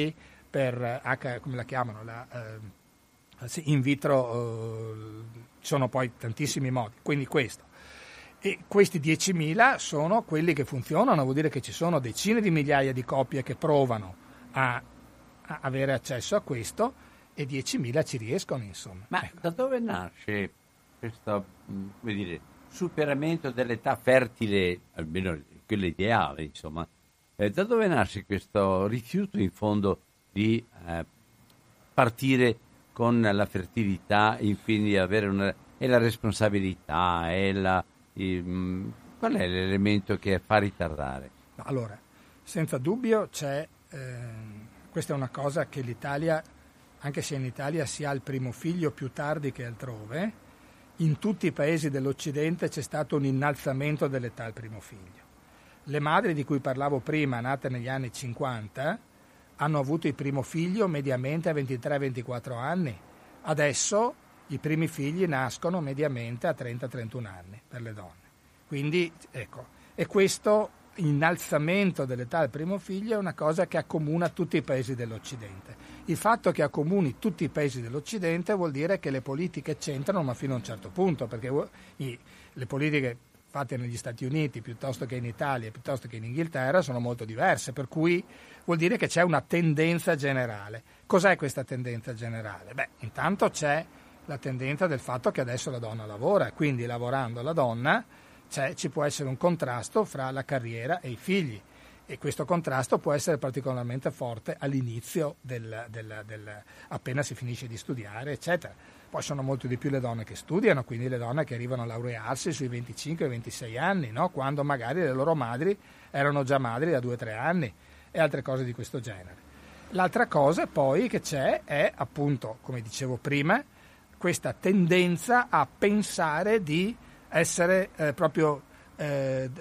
per H, come la chiamano, la, eh, sì, in vitro, eh, ci sono poi tantissimi modi, quindi questo. E questi diecimila sono quelli che funzionano, vuol dire che ci sono decine di migliaia di coppie che provano a, a avere accesso a questo e diecimila ci riescono, insomma. Ma ecco. Da dove nasce questo, come dire, superamento dell'età fertile, almeno quella ideale, insomma? Eh, da dove nasce questo rifiuto, in fondo, di eh, partire con la fertilità e quindi avere una, e la responsabilità e la... Qual è l'elemento che fa ritardare? Allora, senza dubbio c'è, eh, questa è una cosa che l'Italia, anche se in Italia si ha il primo figlio più tardi che altrove, in tutti i paesi dell'Occidente c'è stato un innalzamento dell'età al primo figlio. Le madri di cui parlavo prima, nate negli anni cinquanta, hanno avuto il primo figlio mediamente a ventitré ventiquattro anni. Adesso i primi figli nascono mediamente a trenta trentuno anni per le donne. Quindi, ecco, e questo innalzamento dell'età del primo figlio è una cosa che accomuna tutti i paesi dell'Occidente. Il fatto che accomuni tutti i paesi dell'Occidente vuol dire che le politiche c'entrano, ma fino a un certo punto, perché le politiche fatte negli Stati Uniti piuttosto che in Italia, piuttosto che in Inghilterra, sono molto diverse, per cui vuol dire che c'è una tendenza generale. Cos'è questa tendenza generale? Beh, intanto c'è la tendenza del fatto che adesso la donna lavora, quindi lavorando la donna c'è, ci può essere un contrasto fra la carriera e i figli, e questo contrasto può essere particolarmente forte all'inizio del, del, del, appena si finisce di studiare, eccetera. Poi sono molto di più le donne che studiano, quindi le donne che arrivano a laurearsi sui venticinque ventisei anni, no? Quando magari le loro madri erano già madri da due tre anni e altre cose di questo genere. L'altra cosa poi che c'è è, appunto, come dicevo prima, questa tendenza a pensare di essere eh, proprio eh,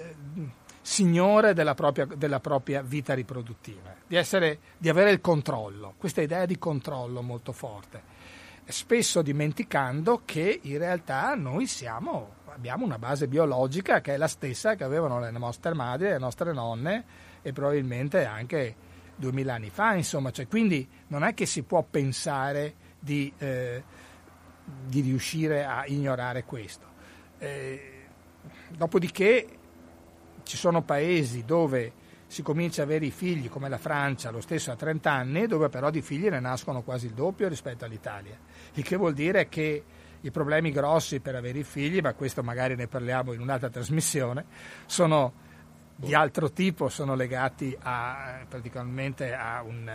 signore della propria, della propria vita riproduttiva, di, essere, di avere il controllo, questa idea di controllo molto forte, spesso dimenticando che in realtà noi siamo, abbiamo una base biologica che è la stessa che avevano le nostre madri, le nostre nonne e probabilmente anche duemila anni fa, insomma, cioè, quindi non è che si può pensare di... Eh, di riuscire a ignorare questo. Eh, dopodiché ci sono paesi dove si comincia a avere i figli, come la Francia, lo stesso a trenta anni, dove però di figli ne nascono quasi il doppio rispetto all'Italia, il che vuol dire che i problemi grossi per avere i figli, ma questo magari ne parliamo in un'altra trasmissione, sono di altro tipo, sono legati a, praticamente a, un,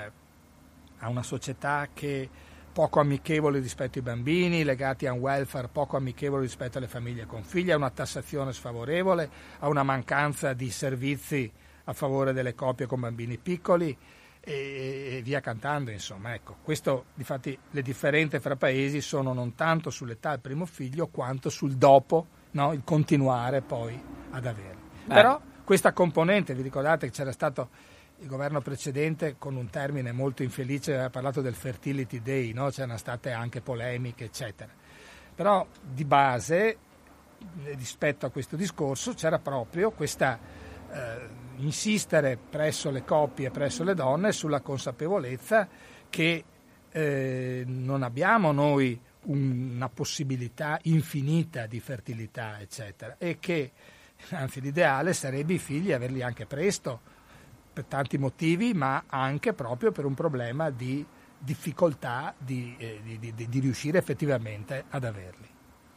a una società che poco amichevoli rispetto ai bambini, legati a un welfare poco amichevole rispetto alle famiglie con figli, a una tassazione sfavorevole, a una mancanza di servizi a favore delle coppie con bambini piccoli e, e via cantando, insomma. Ecco, questo, difatti, le differenze fra paesi sono non tanto sull'età del primo figlio quanto sul dopo, no? Il continuare poi ad averli. Eh. Però questa componente, vi ricordate che c'era stato il governo precedente con un termine molto infelice, aveva parlato del fertility day, no? C'erano state anche polemiche, eccetera. Però di base, rispetto a questo discorso, c'era proprio questa eh, insistere presso le coppie, presso le donne, sulla consapevolezza che eh, non abbiamo noi una possibilità infinita di fertilità, eccetera, e che anzi l'ideale sarebbe i figli averli anche presto, per tanti motivi, ma anche proprio per un problema di difficoltà di, eh, di, di, di riuscire effettivamente ad averli.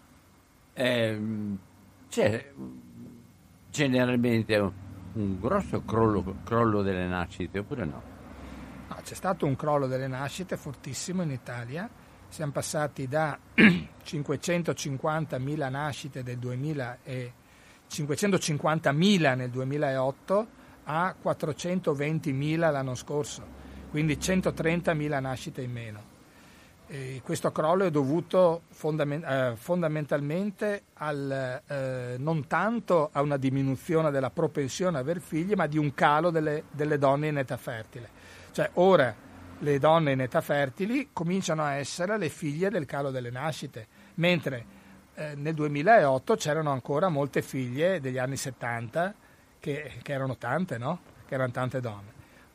Eh, c'è generalmente un, un grosso crollo, crollo delle nascite, oppure no? No, c'è stato un crollo delle nascite fortissimo in Italia. Siamo passati da cinquecentocinquantamila nascite del duemila e cinquecentocinquantamila nel duemilaotto a quattrocentoventimila l'anno scorso, quindi centotrentamila nascite in meno. E questo crollo è dovuto fondament- eh, fondamentalmente al, eh, non tanto a una diminuzione della propensione a aver figli, ma di un calo delle, delle donne in età fertile. Cioè ora le donne in età fertili cominciano a essere le figlie del calo delle nascite, mentre eh, nel duemilaotto c'erano ancora molte figlie degli anni settanta, Che, che erano tante, no? Che erano tante donne.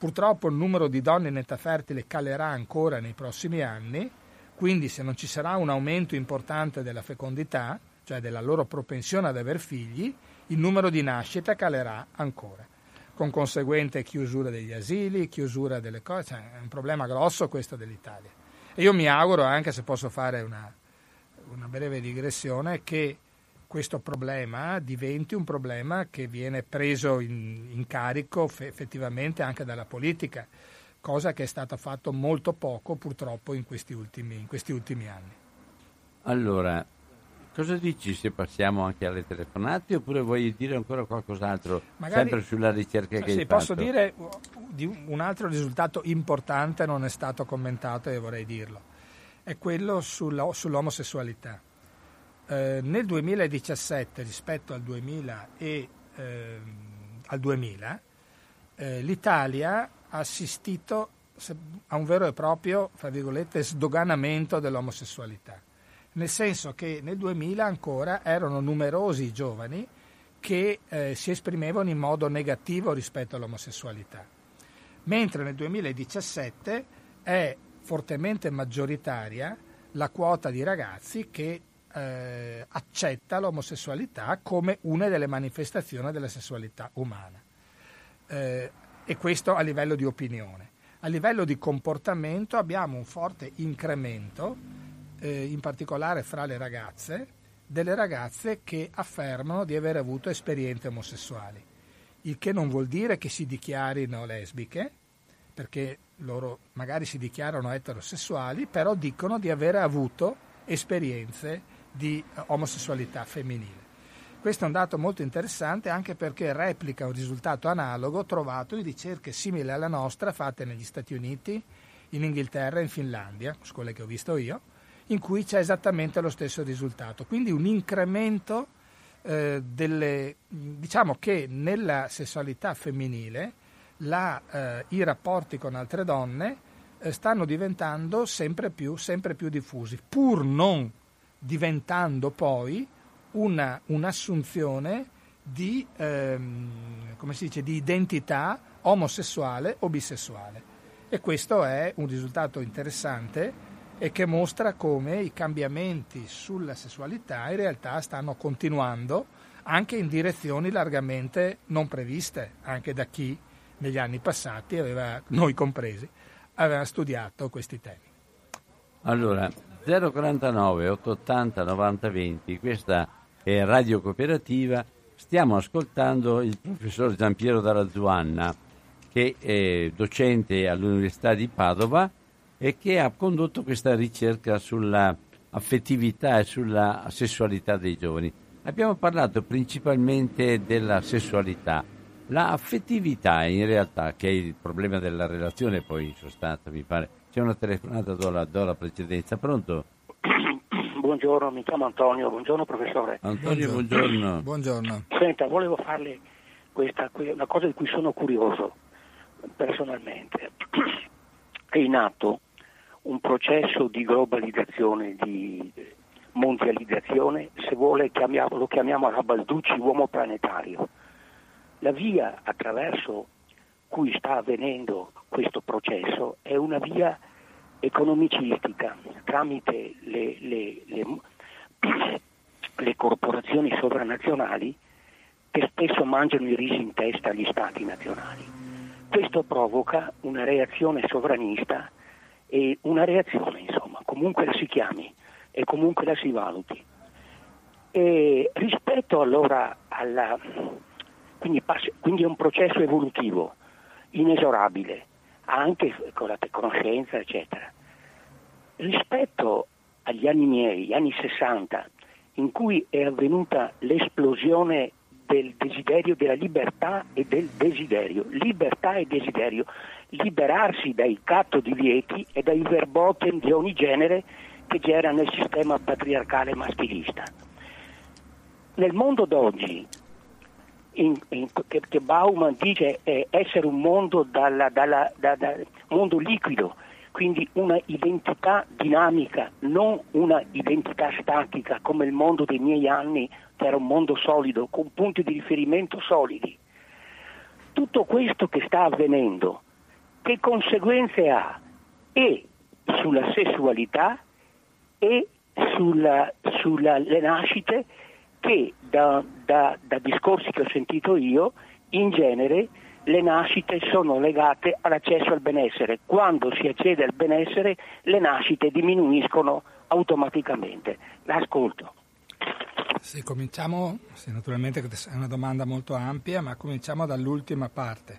Purtroppo il numero di donne in età fertile calerà ancora nei prossimi anni, quindi se non ci sarà un aumento importante della fecondità, cioè della loro propensione ad aver figli, il numero di nascite calerà ancora, con conseguente chiusura degli asili, chiusura delle cose. Cioè, è un problema grosso questo dell'Italia. E io mi auguro, anche se posso fare una, una breve digressione, che questo problema diventi un problema che viene preso in, in carico f- effettivamente anche dalla politica, cosa che è stata fatto molto poco purtroppo in questi ultimi, in questi ultimi anni. Allora, cosa dici se passiamo anche alle telefonate, oppure vuoi dire ancora qualcos'altro, Magari, sempre sulla ricerca che sì, hai posso fatto? dire di un altro risultato importante, non è stato commentato e vorrei dirlo, è quello sulla, sull'omosessualità. Eh, nel duemiladiciassette rispetto al duemila, e, eh, al duemila eh, l'Italia ha assistito a un vero e proprio, fra virgolette, sdoganamento dell'omosessualità, nel senso che nel duemila ancora erano numerosi i giovani che eh, si esprimevano in modo negativo rispetto all'omosessualità, mentre nel duemiladiciassette è fortemente maggioritaria la quota di ragazzi che eh, accetta l'omosessualità come una delle manifestazioni della sessualità umana. Eh, e questo a livello di opinione. A livello di comportamento abbiamo un forte incremento, eh, in particolare fra le ragazze, delle ragazze che affermano di aver avuto esperienze omosessuali, il che non vuol dire che si dichiarino lesbiche, perché loro magari si dichiarano eterosessuali, però dicono di aver avuto esperienze di omosessualità femminile. Questo è un dato molto interessante anche perché replica un risultato analogo trovato in ricerche simili alla nostra fatte negli Stati Uniti, in Inghilterra e in Finlandia, su quelle che ho visto io, in cui c'è esattamente lo stesso risultato. Quindi un incremento eh, delle, diciamo che nella sessualità femminile la, eh, i rapporti con altre donne eh, stanno diventando sempre più, sempre più diffusi, pur non diventando poi una, un'assunzione di, ehm, come si dice, di identità omosessuale o bisessuale. E questo è un risultato interessante e che mostra come i cambiamenti sulla sessualità in realtà stanno continuando anche in direzioni largamente non previste, anche da chi negli anni passati, aveva, noi compresi, aveva studiato questi temi. Allora, zero quarantanove ottocentottanta novanta venti, questa è Radio Cooperativa, stiamo ascoltando il professor Giampiero Dalla Zuanna, che è docente all'Università di Padova e che ha condotto questa ricerca sulla affettività e sulla sessualità dei giovani. Abbiamo parlato principalmente della sessualità. La affettività in realtà, che è il problema della relazione poi in sostanza, mi pare. C'è una telefonata, do la, do la precedenza. Pronto? Buongiorno, mi chiamo Antonio. Buongiorno professore. Antonio, buongiorno. Buongiorno. Senta, volevo farle questa, una cosa di cui sono curioso personalmente. È in atto un processo di globalizzazione, di mondializzazione, se vuole chiamiamo, lo chiamiamo a Balducci uomo planetario. La via attraverso cui sta avvenendo questo processo è una via economicistica, tramite le, le, le, le corporazioni sovranazionali che spesso mangiano i risi in testa agli stati nazionali. Questo provoca una reazione sovranista e una reazione, insomma, comunque la si chiami e comunque la si valuti. E rispetto allora alla... Quindi, pass- quindi è un processo evolutivo, inesorabile, anche con la conoscenza, eccetera. Rispetto agli anni miei, gli anni sessanta, in cui è avvenuta l'esplosione del desiderio, della libertà e del desiderio, libertà e desiderio, liberarsi dai cattodivieti e dai verboten di ogni genere che c'era nel sistema patriarcale maschilista. Nel mondo d'oggi, In, in, che, che Bauman dice eh, essere un mondo dalla, dalla, da, da, mondo liquido, quindi una identità dinamica, non una identità statica come il mondo dei miei anni, che era un mondo solido, con punti di riferimento solidi. Tutto questo che sta avvenendo che conseguenze ha e sulla sessualità e sulla, sulla le nascite, che da, da, da discorsi che ho sentito io, in genere le nascite sono legate all'accesso al benessere. Quando si accede al benessere le nascite diminuiscono automaticamente. L'ascolto. Sì, cominciamo, sì, naturalmente è una domanda molto ampia, ma cominciamo dall'ultima parte.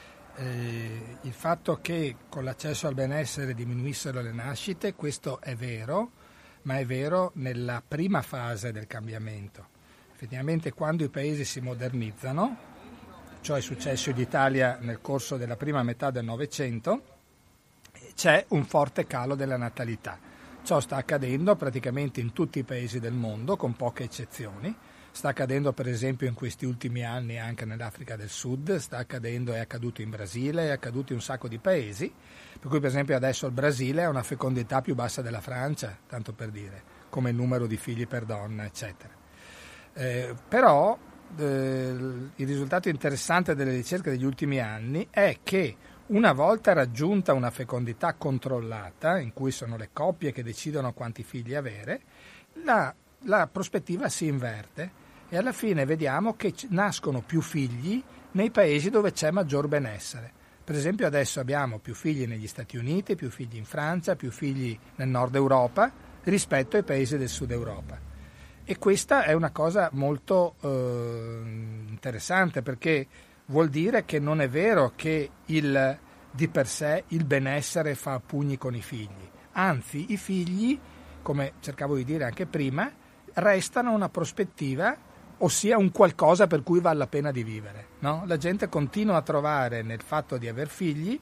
Eh, il fatto che con l'accesso al benessere diminuissero le nascite, questo è vero, ma è vero nella prima fase del cambiamento. Effettivamente quando i paesi si modernizzano, ciò è successo in Italia nel corso della prima metà del Novecento, c'è un forte calo della natalità. Ciò sta accadendo praticamente in tutti i paesi del mondo, con poche eccezioni. Sta accadendo per esempio in questi ultimi anni anche nell'Africa del Sud, sta accadendo, è accaduto in Brasile, è accaduto in un sacco di paesi, per cui per esempio adesso il Brasile ha una fecondità più bassa della Francia, tanto per dire, come il numero di figli per donna, eccetera. Eh, però eh, il risultato interessante delle ricerche degli ultimi anni è che una volta raggiunta una fecondità controllata, in cui sono le coppie che decidono quanti figli avere, la, la prospettiva si inverte e alla fine vediamo che nascono più figli nei paesi dove c'è maggior benessere. Per esempio adesso abbiamo più figli negli Stati Uniti, più figli in Francia, più figli nel nord Europa rispetto ai paesi del sud Europa. E questa è una cosa molto eh, interessante, perché vuol dire che non è vero che il, di per sé il benessere fa a pugni con i figli. Anzi, i figli, come cercavo di dire anche prima, restano una prospettiva, ossia un qualcosa per cui vale la pena di vivere. No? La gente continua a trovare nel fatto di aver figli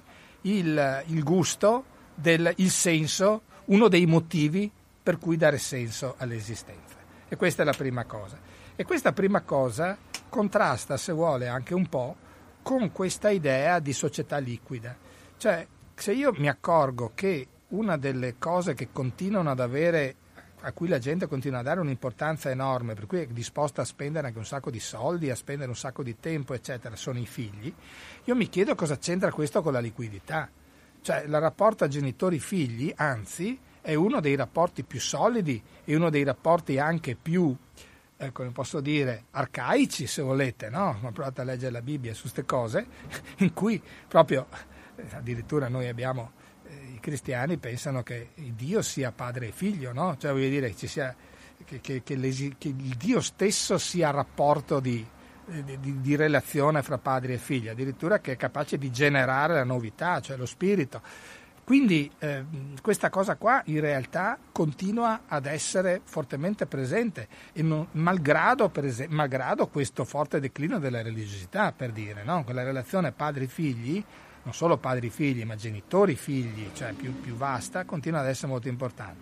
il, il gusto, del, il senso, uno dei motivi per cui dare senso all'esistenza. E questa è la prima cosa. E questa prima cosa contrasta, se vuole, anche un po' con questa idea di società liquida. Cioè, se io mi accorgo che una delle cose che continuano ad avere, a cui la gente continua a dare un'importanza enorme, per cui è disposta a spendere anche un sacco di soldi, a spendere un sacco di tempo, eccetera, sono i figli, io mi chiedo cosa c'entra questo con la liquidità. Cioè, il rapporto a genitori-figli, anzi, è uno dei rapporti più solidi e uno dei rapporti anche più, eh, come posso dire, arcaici, se volete, no? Ho provato a leggere la Bibbia su queste cose, in cui proprio, eh, addirittura noi abbiamo, eh, i cristiani pensano che Dio sia padre e figlio, no? Cioè voglio dire ci sia, che, che, che, che il Dio stesso sia rapporto di, di, di relazione fra padri e figli, addirittura che è capace di generare la novità, cioè lo spirito. Quindi eh, questa cosa qua in realtà continua ad essere fortemente presente, e non, malgrado, per esempio, malgrado questo forte declino della religiosità, per dire, no? Quella relazione padri-figli, non solo padri-figli, ma genitori-figli, cioè più, più vasta, continua ad essere molto importante.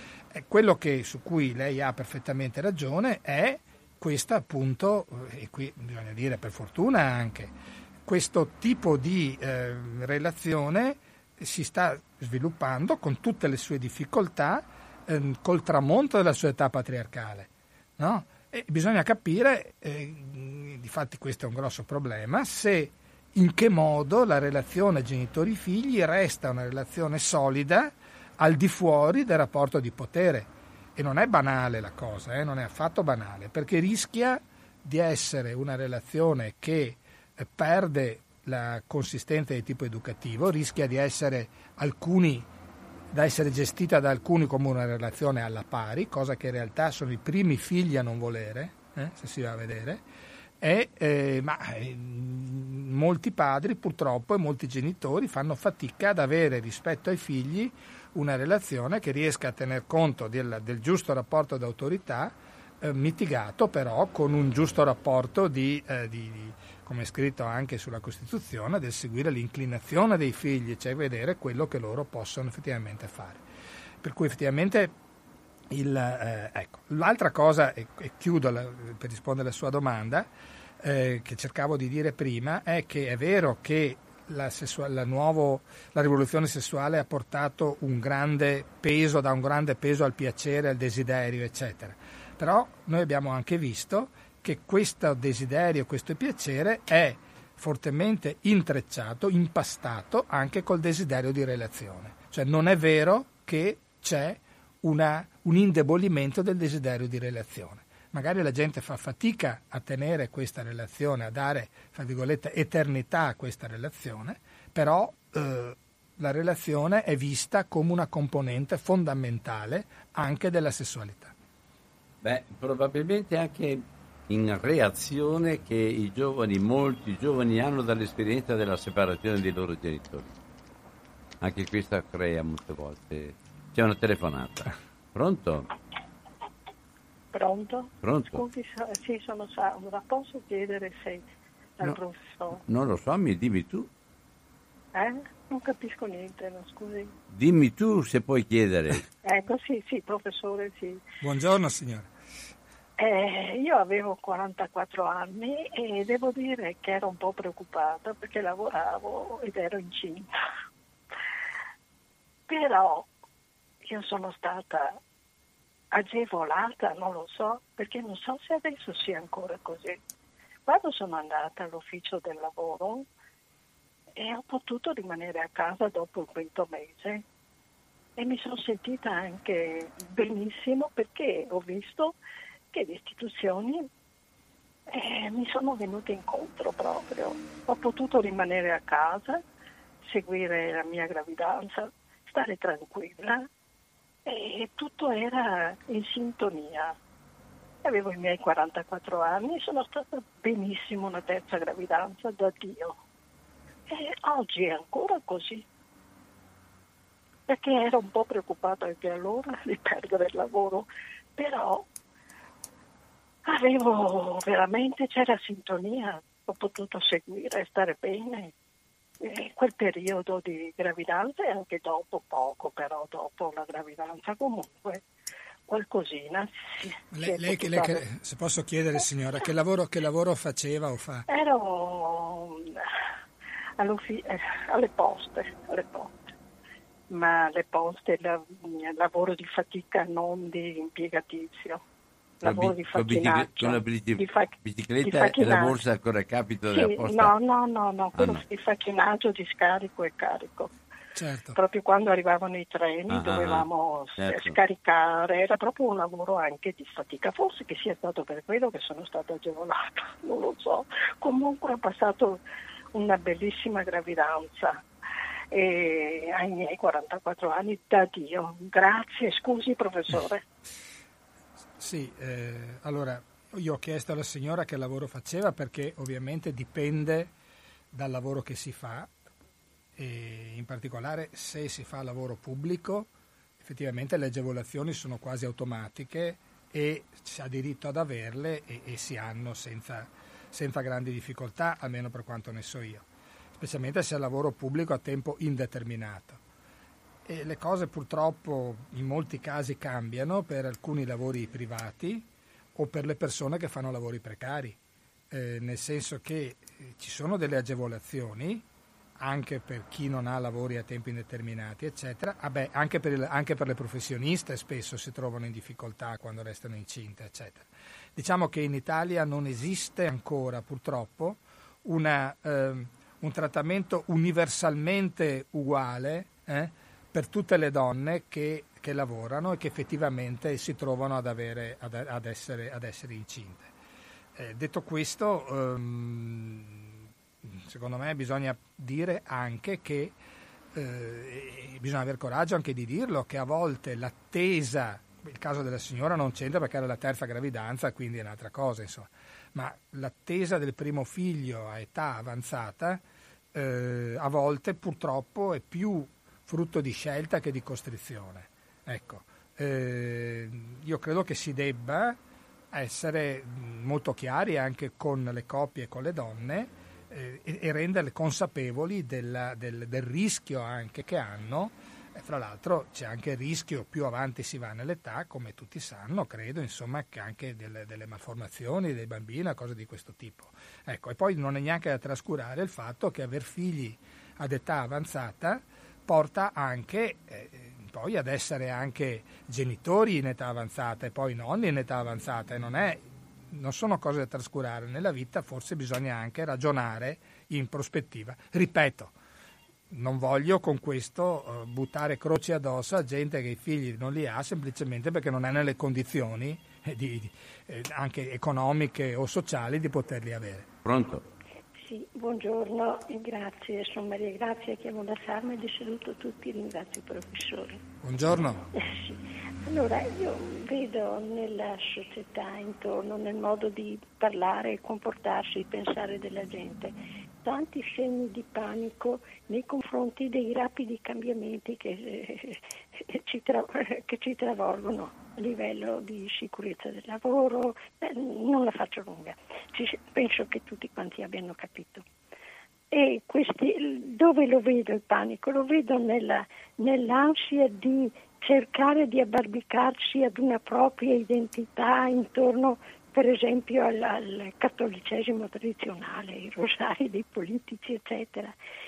E quello che, su cui lei ha perfettamente ragione è questa appunto, e qui bisogna dire per fortuna anche, questo tipo di eh, relazione si sta sviluppando con tutte le sue difficoltà ehm, col tramonto della società patriarcale, no? E bisogna capire, eh, difatti questo è un grosso problema, se in che modo la relazione genitori-figli resta una relazione solida al di fuori del rapporto di potere. E non è banale la cosa, eh, non è affatto banale, perché rischia di essere una relazione che eh, perde la consistenza di tipo educativo, rischia di essere alcuni da essere gestita da alcuni come una relazione alla pari, cosa che in realtà sono i primi figli a non volere, eh, se si va a vedere, e, eh, ma eh, molti padri purtroppo e molti genitori fanno fatica ad avere rispetto ai figli una relazione che riesca a tener conto del, del giusto rapporto d'autorità, eh, mitigato però con un giusto rapporto di, eh, di, di come è scritto anche sulla Costituzione, del seguire l'inclinazione dei figli, cioè vedere quello che loro possono effettivamente fare. Per cui effettivamente il, eh, ecco. L'altra cosa, e, e chiudo la, per rispondere alla sua domanda, eh, che cercavo di dire prima, è che è vero che la, sessual, la, nuovo, la rivoluzione sessuale ha portato un grande peso, da un grande peso al piacere, al desiderio, eccetera. Però noi abbiamo anche visto che questo desiderio, questo piacere è fortemente intrecciato, impastato anche col desiderio di relazione. Cioè non è vero che c'è una, un indebolimento del desiderio di relazione. Magari la gente fa fatica a tenere questa relazione, a dare, fra virgolette, eternità a questa relazione, però eh, la relazione è vista come una componente fondamentale anche della sessualità. Beh, probabilmente anche in reazione che i giovani, molti giovani hanno dall'esperienza della separazione dei loro genitori. Anche questa crea molte volte. C'è una telefonata. Pronto? Pronto? Pronto? Scusi, sì, sono Sandra. Posso chiedere se al No, professore? non lo so, mi dimmi tu. Eh? Non capisco niente, no, scusi. Dimmi tu se puoi chiedere. Ecco, sì, sì, professore, sì. Buongiorno signora. Eh, io avevo quarantaquattro anni e devo dire che ero un po' preoccupata perché lavoravo ed ero incinta. Però io sono stata agevolata, non lo so, perché non so se adesso sia ancora così. Quando sono andata all'ufficio del lavoro e ho potuto rimanere a casa dopo il quinto mese e mi sono sentita anche benissimo perché ho visto che le istituzioni eh, mi sono venute incontro proprio. Ho potuto rimanere a casa, seguire la mia gravidanza, stare tranquilla e tutto era in sintonia. Avevo i miei quarantaquattro anni e sono stata benissimo una terza gravidanza da Dio. E oggi è ancora così. Perché ero un po' preoccupata anche allora di perdere il lavoro, però avevo veramente, c'era sintonia, ho potuto seguire e stare bene. E quel periodo di gravidanza e anche dopo, poco però dopo la gravidanza comunque qualcosina. Si, Lei, si lei, che, lei che, se posso chiedere signora, che lavoro, che lavoro faceva o fa? Ero alle poste, alle poste. Ma le poste, la, lavoro di fatica, non di impiegatizio, lavoro di facchinaggio. Con la bicicletta, bicicletta e la borsa ancora a capito sì, della posta? No, no, no, no, quello ah, no. di facchinaggio, di scarico e carico. Certo. Proprio quando arrivavano i treni ah, dovevamo certo. scaricare, era proprio un lavoro anche di fatica, forse che sia stato per quello che sono stata agevolata, non lo so. Comunque ho passato una bellissima gravidanza. E ai miei quarantaquattro anni da Dio. Grazie, scusi professore. Sì, eh, allora io ho chiesto alla signora che lavoro faceva perché ovviamente dipende dal lavoro che si fa e in particolare se si fa lavoro pubblico effettivamente le agevolazioni sono quasi automatiche e si ha diritto ad averle e, e si hanno senza, senza grandi difficoltà, almeno per quanto ne so io. Specialmente se è lavoro pubblico a tempo indeterminato. E le cose purtroppo in molti casi cambiano per alcuni lavori privati o per le persone che fanno lavori precari, eh, nel senso che ci sono delle agevolazioni anche per chi non ha lavori a tempo indeterminati, eccetera. Ah beh, anche, per il, anche per le professioniste spesso si trovano in difficoltà quando restano incinte, eccetera. Diciamo che in Italia non esiste ancora purtroppo una... Eh, un trattamento universalmente uguale eh, per tutte le donne che, che lavorano e che effettivamente si trovano ad, avere, ad, ad, essere, ad essere incinte. Eh, detto questo, ehm, secondo me bisogna dire anche che eh, bisogna avere coraggio anche di dirlo, che a volte l'attesa, il caso della signora non c'entra perché era la terza gravidanza, quindi è un'altra cosa, insomma, ma l'attesa del primo figlio a età avanzata eh, a volte purtroppo è più frutto di scelta che di costrizione. Ecco, eh, io credo che si debba essere molto chiari anche con le coppie e con le donne eh, e, e renderle consapevoli della, del, del rischio anche che hanno. E fra l'altro c'è anche il rischio, più avanti si va nell'età, come tutti sanno, credo, insomma, che anche delle, delle malformazioni dei bambini, cose di questo tipo. Ecco, e poi non è neanche da trascurare il fatto che aver figli ad età avanzata porta anche eh, poi ad essere anche genitori in età avanzata e poi nonni in età avanzata, e non è non sono cose da trascurare. Nella vita forse bisogna anche ragionare in prospettiva. Ripeto, non voglio con questo uh, buttare croci addosso a gente che i figli non li ha semplicemente perché non è nelle condizioni eh, di, eh, anche economiche o sociali di poterli avere. Pronto? Sì, buongiorno, grazie, sono Maria Grazia, chiamo da Sarmedi, saluto tutti, ringrazio i professori. Buongiorno. Eh, sì. Allora, io vedo nella società intorno, nel modo di parlare, comportarsi, pensare della gente, tanti segni di panico nei confronti dei rapidi cambiamenti che, eh, ci, tra, che ci travolgono a livello di sicurezza del lavoro. Eh, non la faccio lunga, ci, penso che tutti quanti abbiano capito. E questi, dove lo vedo il panico? Lo vedo nella, nell'ansia di cercare di abbarbicarsi ad una propria identità intorno, per esempio, al, al cattolicesimo tradizionale, i rosari dei politici, eccetera,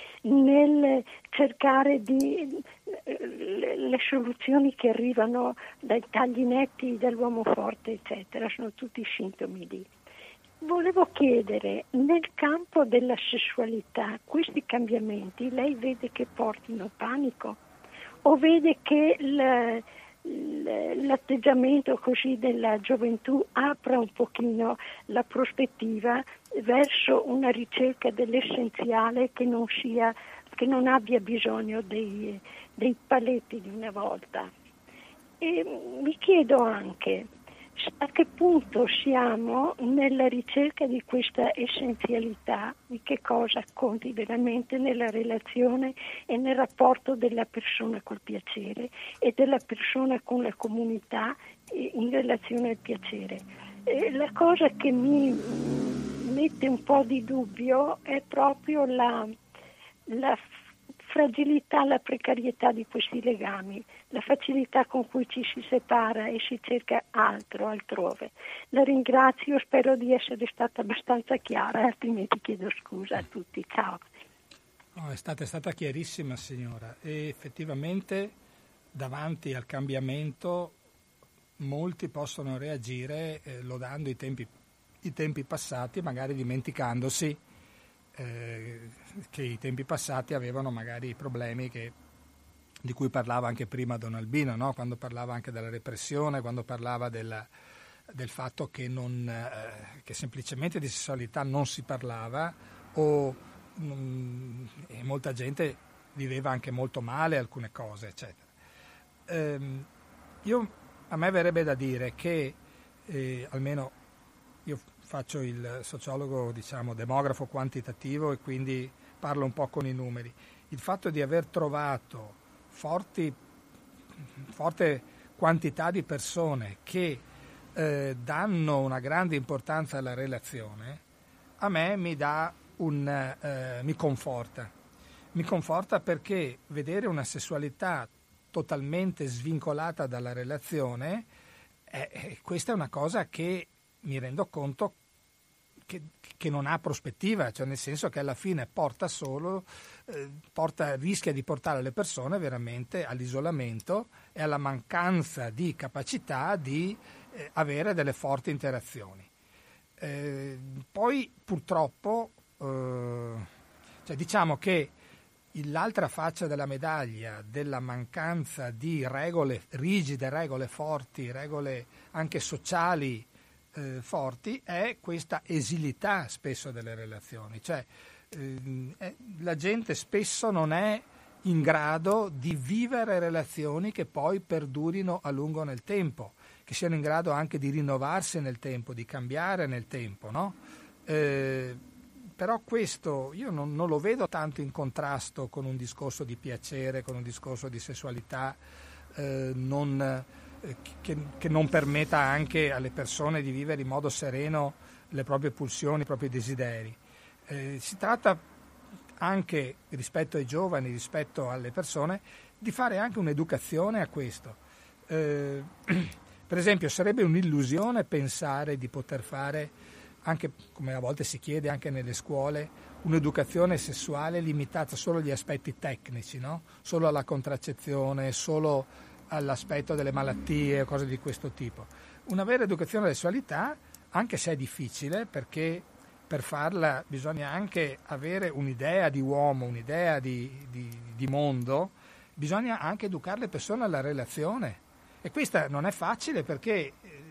nel cercare di le, le soluzioni che arrivano dai tagli netti dell'uomo forte, eccetera, sono tutti sintomi di. Volevo chiedere, nel campo della sessualità, questi cambiamenti lei vede che portino panico? O vede che il, l'atteggiamento così della gioventù apra un pochino la prospettiva verso una ricerca dell'essenziale che non sia, che non abbia bisogno dei, dei paletti di una volta? E mi chiedo anche a che punto siamo nella ricerca di questa essenzialità, di che cosa conti veramente nella relazione e nel rapporto della persona col piacere e della persona con la comunità in relazione al piacere. E la cosa che mi mette un po' di dubbio è proprio la, la fragilità, la precarietà di questi legami, la facilità con cui ci si separa e si cerca altro altrove. La ringrazio, spero di essere stata abbastanza chiara, altrimenti chiedo scusa a tutti. Ciao. No, è stata, è stata chiarissima, signora, e effettivamente davanti al cambiamento molti possono reagire eh, lodando i tempi, i tempi passati, magari dimenticandosi Eh, che i tempi passati avevano magari problemi che, di cui parlava anche prima Don Albino, no? Quando parlava anche della repressione, quando parlava della, del fatto che, non, eh, che semplicemente di sessualità non si parlava o mh, e molta gente viveva anche molto male alcune cose, eccetera. Eh, io, a me verrebbe da dire che eh, almeno io faccio il sociologo, diciamo, demografo quantitativo e quindi parlo un po' con i numeri. Il fatto di aver trovato forti, forte quantità di persone che eh, danno una grande importanza alla relazione, a me mi dà un, eh, mi conforta. Mi conforta perché vedere una sessualità totalmente svincolata dalla relazione, eh, questa è una cosa che mi rendo conto che, che non ha prospettiva, cioè nel senso che alla fine porta solo, eh, porta, rischia di portare le persone veramente all'isolamento e alla mancanza di capacità di eh, avere delle forti interazioni. Eh, poi purtroppo, eh, cioè diciamo che l'altra faccia della medaglia della mancanza di regole rigide, regole forti, regole anche sociali Eh, forti è questa esilità spesso delle relazioni, cioè eh, la gente spesso non è in grado di vivere relazioni che poi perdurino a lungo nel tempo, che siano in grado anche di rinnovarsi nel tempo, di cambiare nel tempo, no? Eh, però questo io non, non lo vedo tanto in contrasto con un discorso di piacere, con un discorso di sessualità eh, non Che, che non permetta anche alle persone di vivere in modo sereno le proprie pulsioni, i propri desideri. Eh, si tratta anche, rispetto ai giovani, rispetto alle persone, di fare anche un'educazione a questo. Eh, per esempio, sarebbe un'illusione pensare di poter fare, anche come a volte si chiede anche nelle scuole, un'educazione sessuale limitata solo agli aspetti tecnici, no? Solo alla contraccezione, solo all'aspetto delle malattie o cose di questo tipo. Una vera educazione alla sessualità anche se è difficile, perché per farla bisogna anche avere un'idea di uomo, un'idea di, di, di mondo, bisogna anche educare le persone alla relazione. E questa non è facile, perché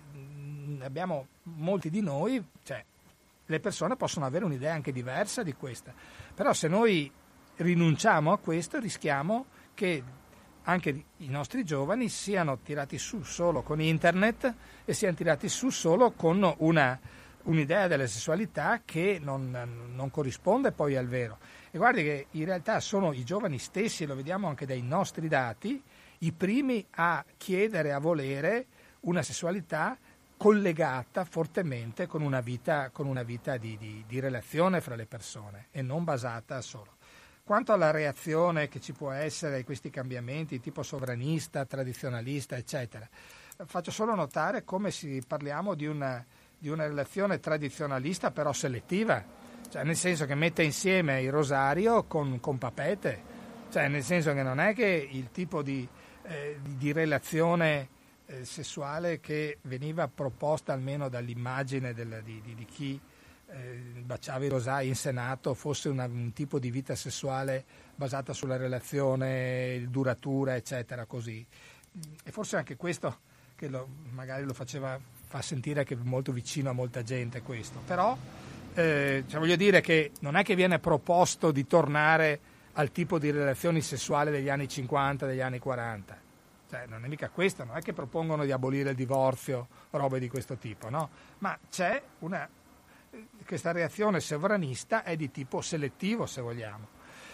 abbiamo molti di noi, cioè le persone possono avere un'idea anche diversa di questa, però se noi rinunciamo a questo rischiamo che anche i nostri giovani siano tirati su solo con internet e siano tirati su solo con una, un'idea della sessualità che non, non corrisponde poi al vero. E guardi che in realtà sono i giovani stessi, lo vediamo anche dai nostri dati, i primi a chiedere, a volere una sessualità collegata fortemente con una vita, con una vita di, di, di relazione fra le persone e non basata solo. Quanto alla reazione che ci può essere a questi cambiamenti tipo sovranista, tradizionalista, eccetera, faccio solo notare come si parliamo di una, di una relazione tradizionalista però selettiva, cioè nel senso che mette insieme il rosario con, con papete, cioè nel senso che non è che il tipo di, eh, di, di relazione eh, sessuale che veniva proposta almeno dall'immagine del, di, di, di chi eh, baciava i rosari in Senato fosse una, un tipo di vita sessuale basata sulla relazione duratura, eccetera, così. E forse anche questo che lo, magari lo faceva fa sentire che è molto vicino a molta gente questo, però eh, cioè voglio dire che non è che viene proposto di tornare al tipo di relazioni sessuali degli anni cinquanta, degli anni quaranta. Cioè, non è mica questo, non è che propongono di abolire il divorzio o robe di questo tipo, no? Ma c'è una questa reazione sovranista è di tipo selettivo, se vogliamo.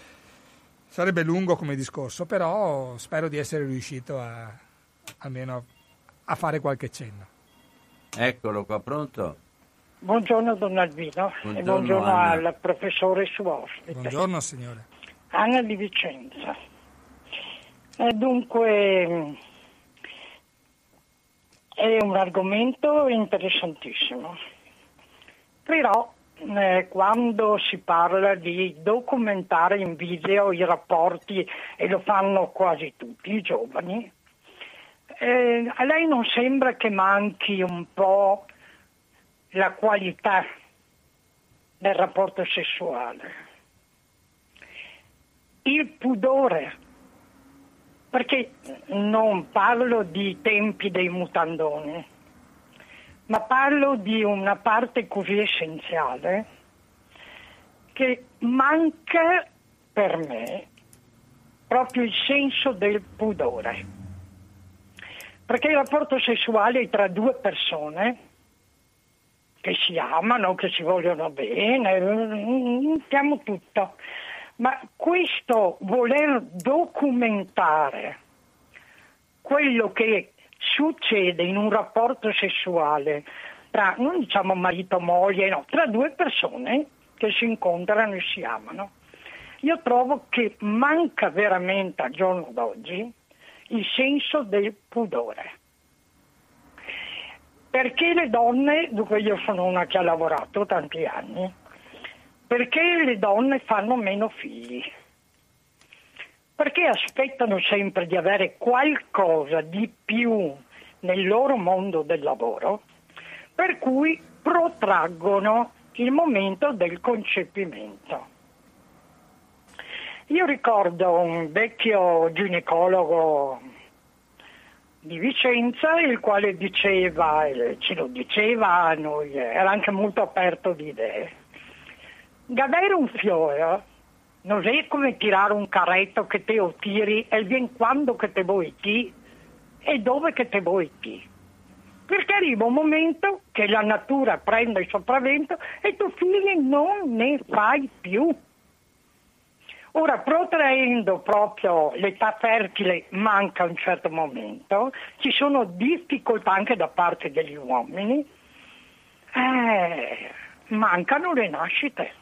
Sarebbe lungo come discorso, però spero di essere riuscito a almeno a fare qualche cenno. Eccolo qua, pronto? Buongiorno Don Albino. Buongiorno, e buongiorno Anna. Al professore suo ospite. Buongiorno signore. Anna di Vicenza. E dunque è un argomento interessantissimo, però eh, quando si parla di documentare in video i rapporti, e lo fanno quasi tutti i giovani, eh, a lei non sembra che manchi un po' la qualità del rapporto sessuale, il pudore, perché non parlo di tempi dei mutandoni, ma parlo di una parte così essenziale che manca per me proprio il senso del pudore, perché il rapporto sessuale è tra due persone che si amano, che si vogliono bene, siamo tutto. Ma questo voler documentare quello che succede in un rapporto sessuale tra, non diciamo marito o moglie, no, tra due persone che si incontrano e si amano, io trovo che manca veramente al giorno d'oggi il senso del pudore. Perché le donne, dunque io sono una che ha lavorato tanti anni, perché le donne fanno meno figli? Perché aspettano sempre di avere qualcosa di più nel loro mondo del lavoro, per cui protraggono il momento del concepimento. Io ricordo un vecchio ginecologo di Vicenza, il quale diceva, e ce lo diceva a noi, era anche molto aperto di idee, che avere un fiore non è come tirare un carretto che te lo tiri e viene quando che te vuoi ti e dove che te vuoi ti. Perché arriva un momento che la natura prende il sopravvento e tu figli non ne fai più. Ora, protraendo proprio l'età fertile manca a un certo momento, ci sono difficoltà anche da parte degli uomini, eh, mancano le nascite.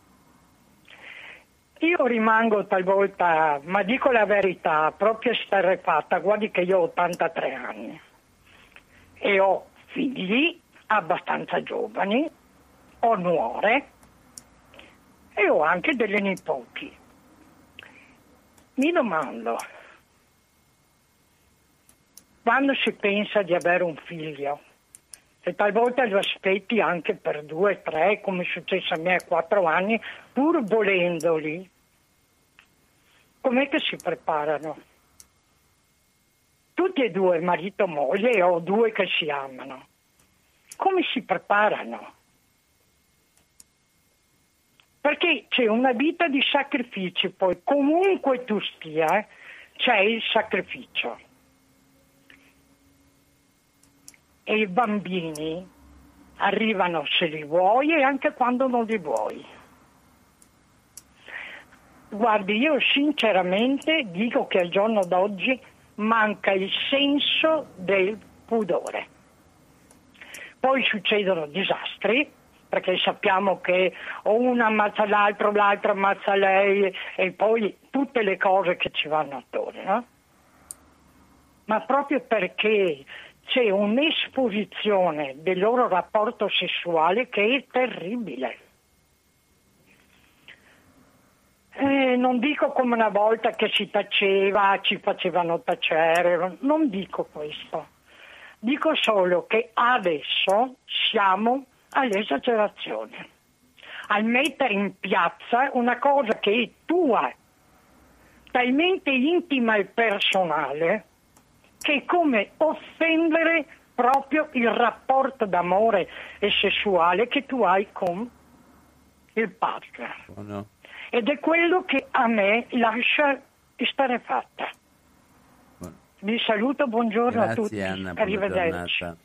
Io rimango talvolta, ma dico la verità, proprio esterrefatta. Guardi che io ho ottantatré anni e ho figli abbastanza giovani, ho nuore e ho anche delle nipoti. Mi domando, quando si pensa di avere un figlio, e talvolta lo aspetti anche per due, tre, come è successo a me a quattro anni, pur volendoli. Com'è che si preparano? Tutti e due, marito e moglie, o due che si amano. Come si preparano? Perché c'è una vita di sacrifici, poi comunque tu stia, c'è il sacrificio. E i bambini arrivano se li vuoi e anche quando non li vuoi. Guardi, io sinceramente dico che al giorno d'oggi manca il senso del pudore. Poi succedono disastri, perché sappiamo che o uno ammazza l'altro, l'altro ammazza lei, e poi tutte le cose che ci vanno attorno, no? Ma proprio perché c'è un'esposizione del loro rapporto sessuale che è terribile. Eh, non dico come una volta che si taceva, ci facevano tacere, non dico questo. Dico solo che adesso siamo all'esagerazione, al mettere in piazza una cosa che è tua, talmente intima e personale, che è come offendere proprio il rapporto d'amore e sessuale che tu hai con il partner. Oh no. Ed è quello che a me lascia esterrefatta. Buono. Vi saluto, buongiorno Grazie, a tutti. Anna, Arrivederci. giornata.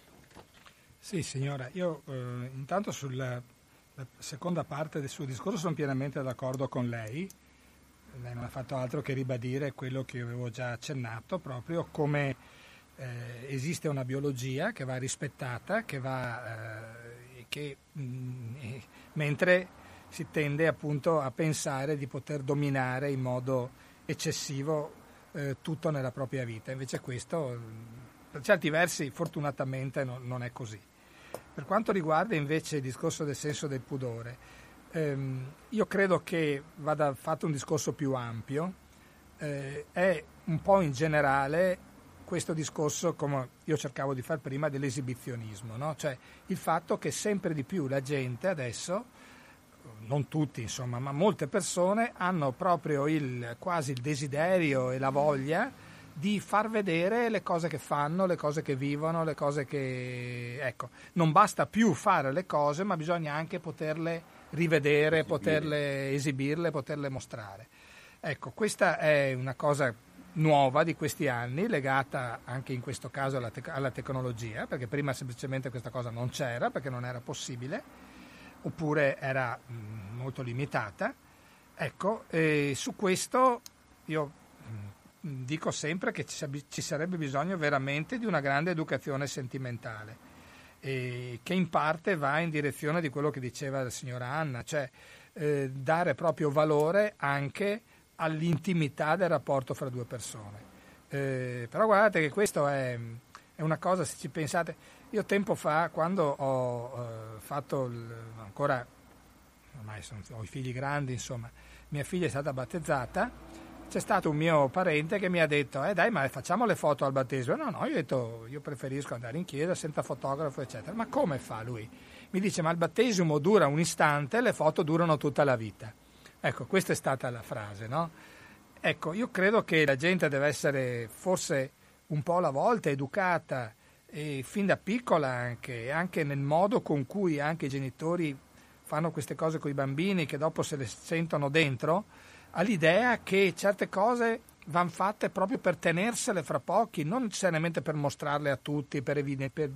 Sì, signora, io eh, intanto sulla la seconda parte del suo discorso sono pienamente d'accordo con lei. Lei non ha fatto altro che ribadire quello che io avevo già accennato, proprio come eh, esiste una biologia che va rispettata, che va eh, che mh, eh, mentre si tende appunto a pensare di poter dominare in modo eccessivo eh, tutto nella propria vita. Invece questo, per certi versi, fortunatamente no, non è così. Per quanto riguarda invece il discorso del senso del pudore, ehm, io credo che vada fatto un discorso più ampio, eh, è un po' in generale questo discorso, come io cercavo di fare prima, dell'esibizionismo, no? Cioè il fatto che sempre di più la gente adesso, non tutti insomma, ma molte persone hanno proprio il quasi il desiderio e la voglia di far vedere le cose che fanno, le cose che vivono, le cose che... Ecco, non basta più fare le cose, ma bisogna anche poterle rivedere, Esibire. poterle esibirle, poterle mostrare. Ecco, questa è una cosa nuova di questi anni, legata anche in questo caso alla, te- alla tecnologia, perché prima semplicemente questa cosa non c'era, perché non era possibile, oppure era mh, molto limitata. Ecco, e su questo io mh, dico sempre che ci, ci sarebbe bisogno veramente di una grande educazione sentimentale, e che in parte va in direzione di quello che diceva la signora Anna, cioè eh, dare proprio valore anche all'intimità del rapporto fra due persone. Eh, però guardate che questo è, è una cosa, se ci pensate, io tempo fa, quando ho eh, fatto il, ancora, ormai sono, ho i figli grandi, insomma, mia figlia è stata battezzata, c'è stato un mio parente che mi ha detto eh dai, ma facciamo le foto al battesimo. No, no, io ho detto, io preferisco andare in chiesa senza fotografo, eccetera. Ma come fa lui? Mi dice, ma il battesimo dura un istante, le foto durano tutta la vita. Ecco, questa è stata la frase, no? Ecco, io credo che la gente deve essere forse un po' alla volta educata, e fin da piccola anche, anche nel modo con cui anche i genitori fanno queste cose con i bambini, che dopo se le sentono dentro, all'idea che certe cose vanno fatte proprio per tenersele fra pochi, non necessariamente per mostrarle a tutti, per evidere. Per...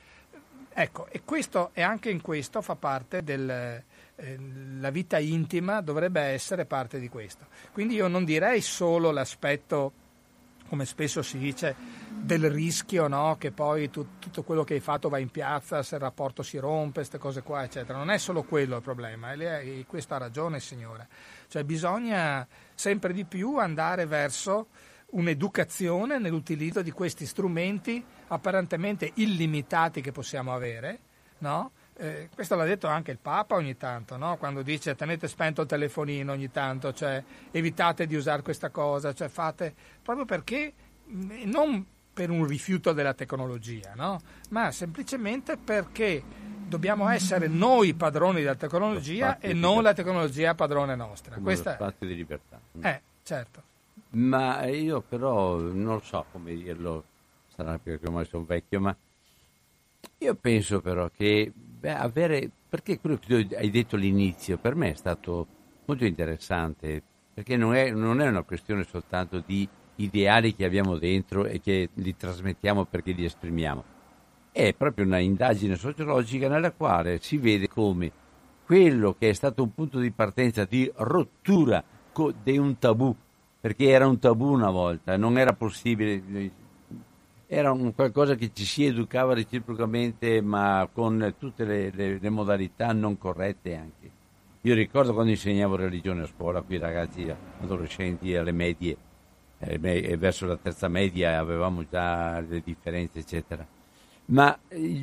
Ecco, e questo, e anche in questo fa parte del... la vita intima dovrebbe essere parte di questo. Quindi io non direi solo l'aspetto, come spesso si dice, del rischio, no? Che poi tu, tutto quello che hai fatto va in piazza, se il rapporto si rompe, queste cose qua, eccetera. Non è solo quello il problema, e questo ha ragione, signora. Cioè bisogna sempre di più andare verso un'educazione nell'utilizzo di questi strumenti apparentemente illimitati che possiamo avere, no? Eh, questo l'ha detto anche il Papa ogni tanto, no? Quando dice tenete spento il telefonino ogni tanto, cioè evitate di usare questa cosa, cioè fate proprio perché non per un rifiuto della tecnologia, no? Ma semplicemente perché dobbiamo essere noi padroni della tecnologia e non la tecnologia padrone nostra. Come Questa lo spazio di libertà. Eh, certo. Ma io però non so come dirlo, sarà perché ormai sono vecchio, ma io penso però che beh, avere, perché quello che tu hai detto all'inizio per me è stato molto interessante, perché non è, non è una questione soltanto di ideali che abbiamo dentro e che li trasmettiamo perché li esprimiamo, è proprio una indagine sociologica nella quale si vede come quello che è stato un punto di partenza di rottura di un tabù, perché era un tabù una volta, non era possibile, era un qualcosa che ci si educava reciprocamente ma con tutte le, le, le modalità non corrette anche. Io ricordo quando insegnavo religione a scuola, qui ragazzi adolescenti alle medie, eh, verso la terza media avevamo già le differenze eccetera, ma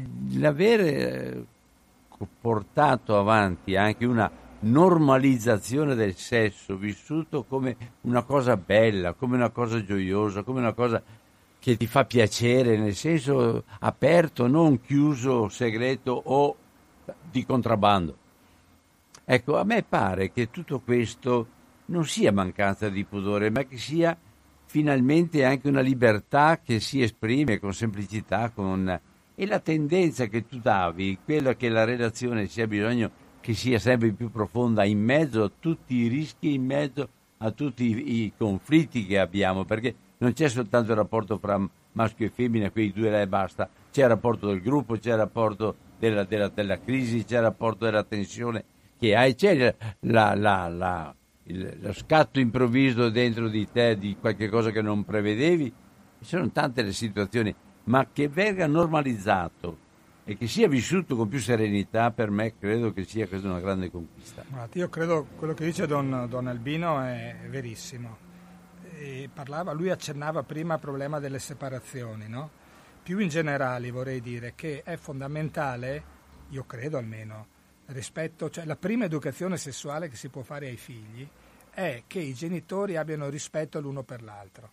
l'avere portato avanti anche una normalizzazione del sesso vissuto come una cosa bella, come una cosa gioiosa, come una cosa che ti fa piacere, nel senso aperto, non chiuso, segreto o di contrabbando. Ecco, a me pare che tutto questo non sia mancanza di pudore, ma che sia finalmente anche una libertà che si esprime con semplicità, con... e la tendenza che tu davi, quella che la relazione sia bisogno che sia sempre più profonda in mezzo a tutti i rischi, in mezzo a tutti i, i conflitti che abbiamo, perché non c'è soltanto il rapporto fra maschio e femmina, quei due là e basta, c'è il rapporto del gruppo, c'è il rapporto della, della, della crisi, c'è il rapporto della tensione che hai, c'è la, la, la, il, lo scatto improvviso dentro di te di qualche cosa che non prevedevi, ci sono tante le situazioni, ma che venga normalizzato e che sia vissuto con più serenità, per me credo che sia questa una grande conquista. Io credo quello che dice Don, Don Albino è verissimo. E parlava, lui accennava prima al problema delle separazioni, no? Più in generale vorrei dire che è fondamentale, io credo almeno, rispetto, cioè la prima educazione sessuale che si può fare ai figli è che i genitori abbiano rispetto l'uno per l'altro.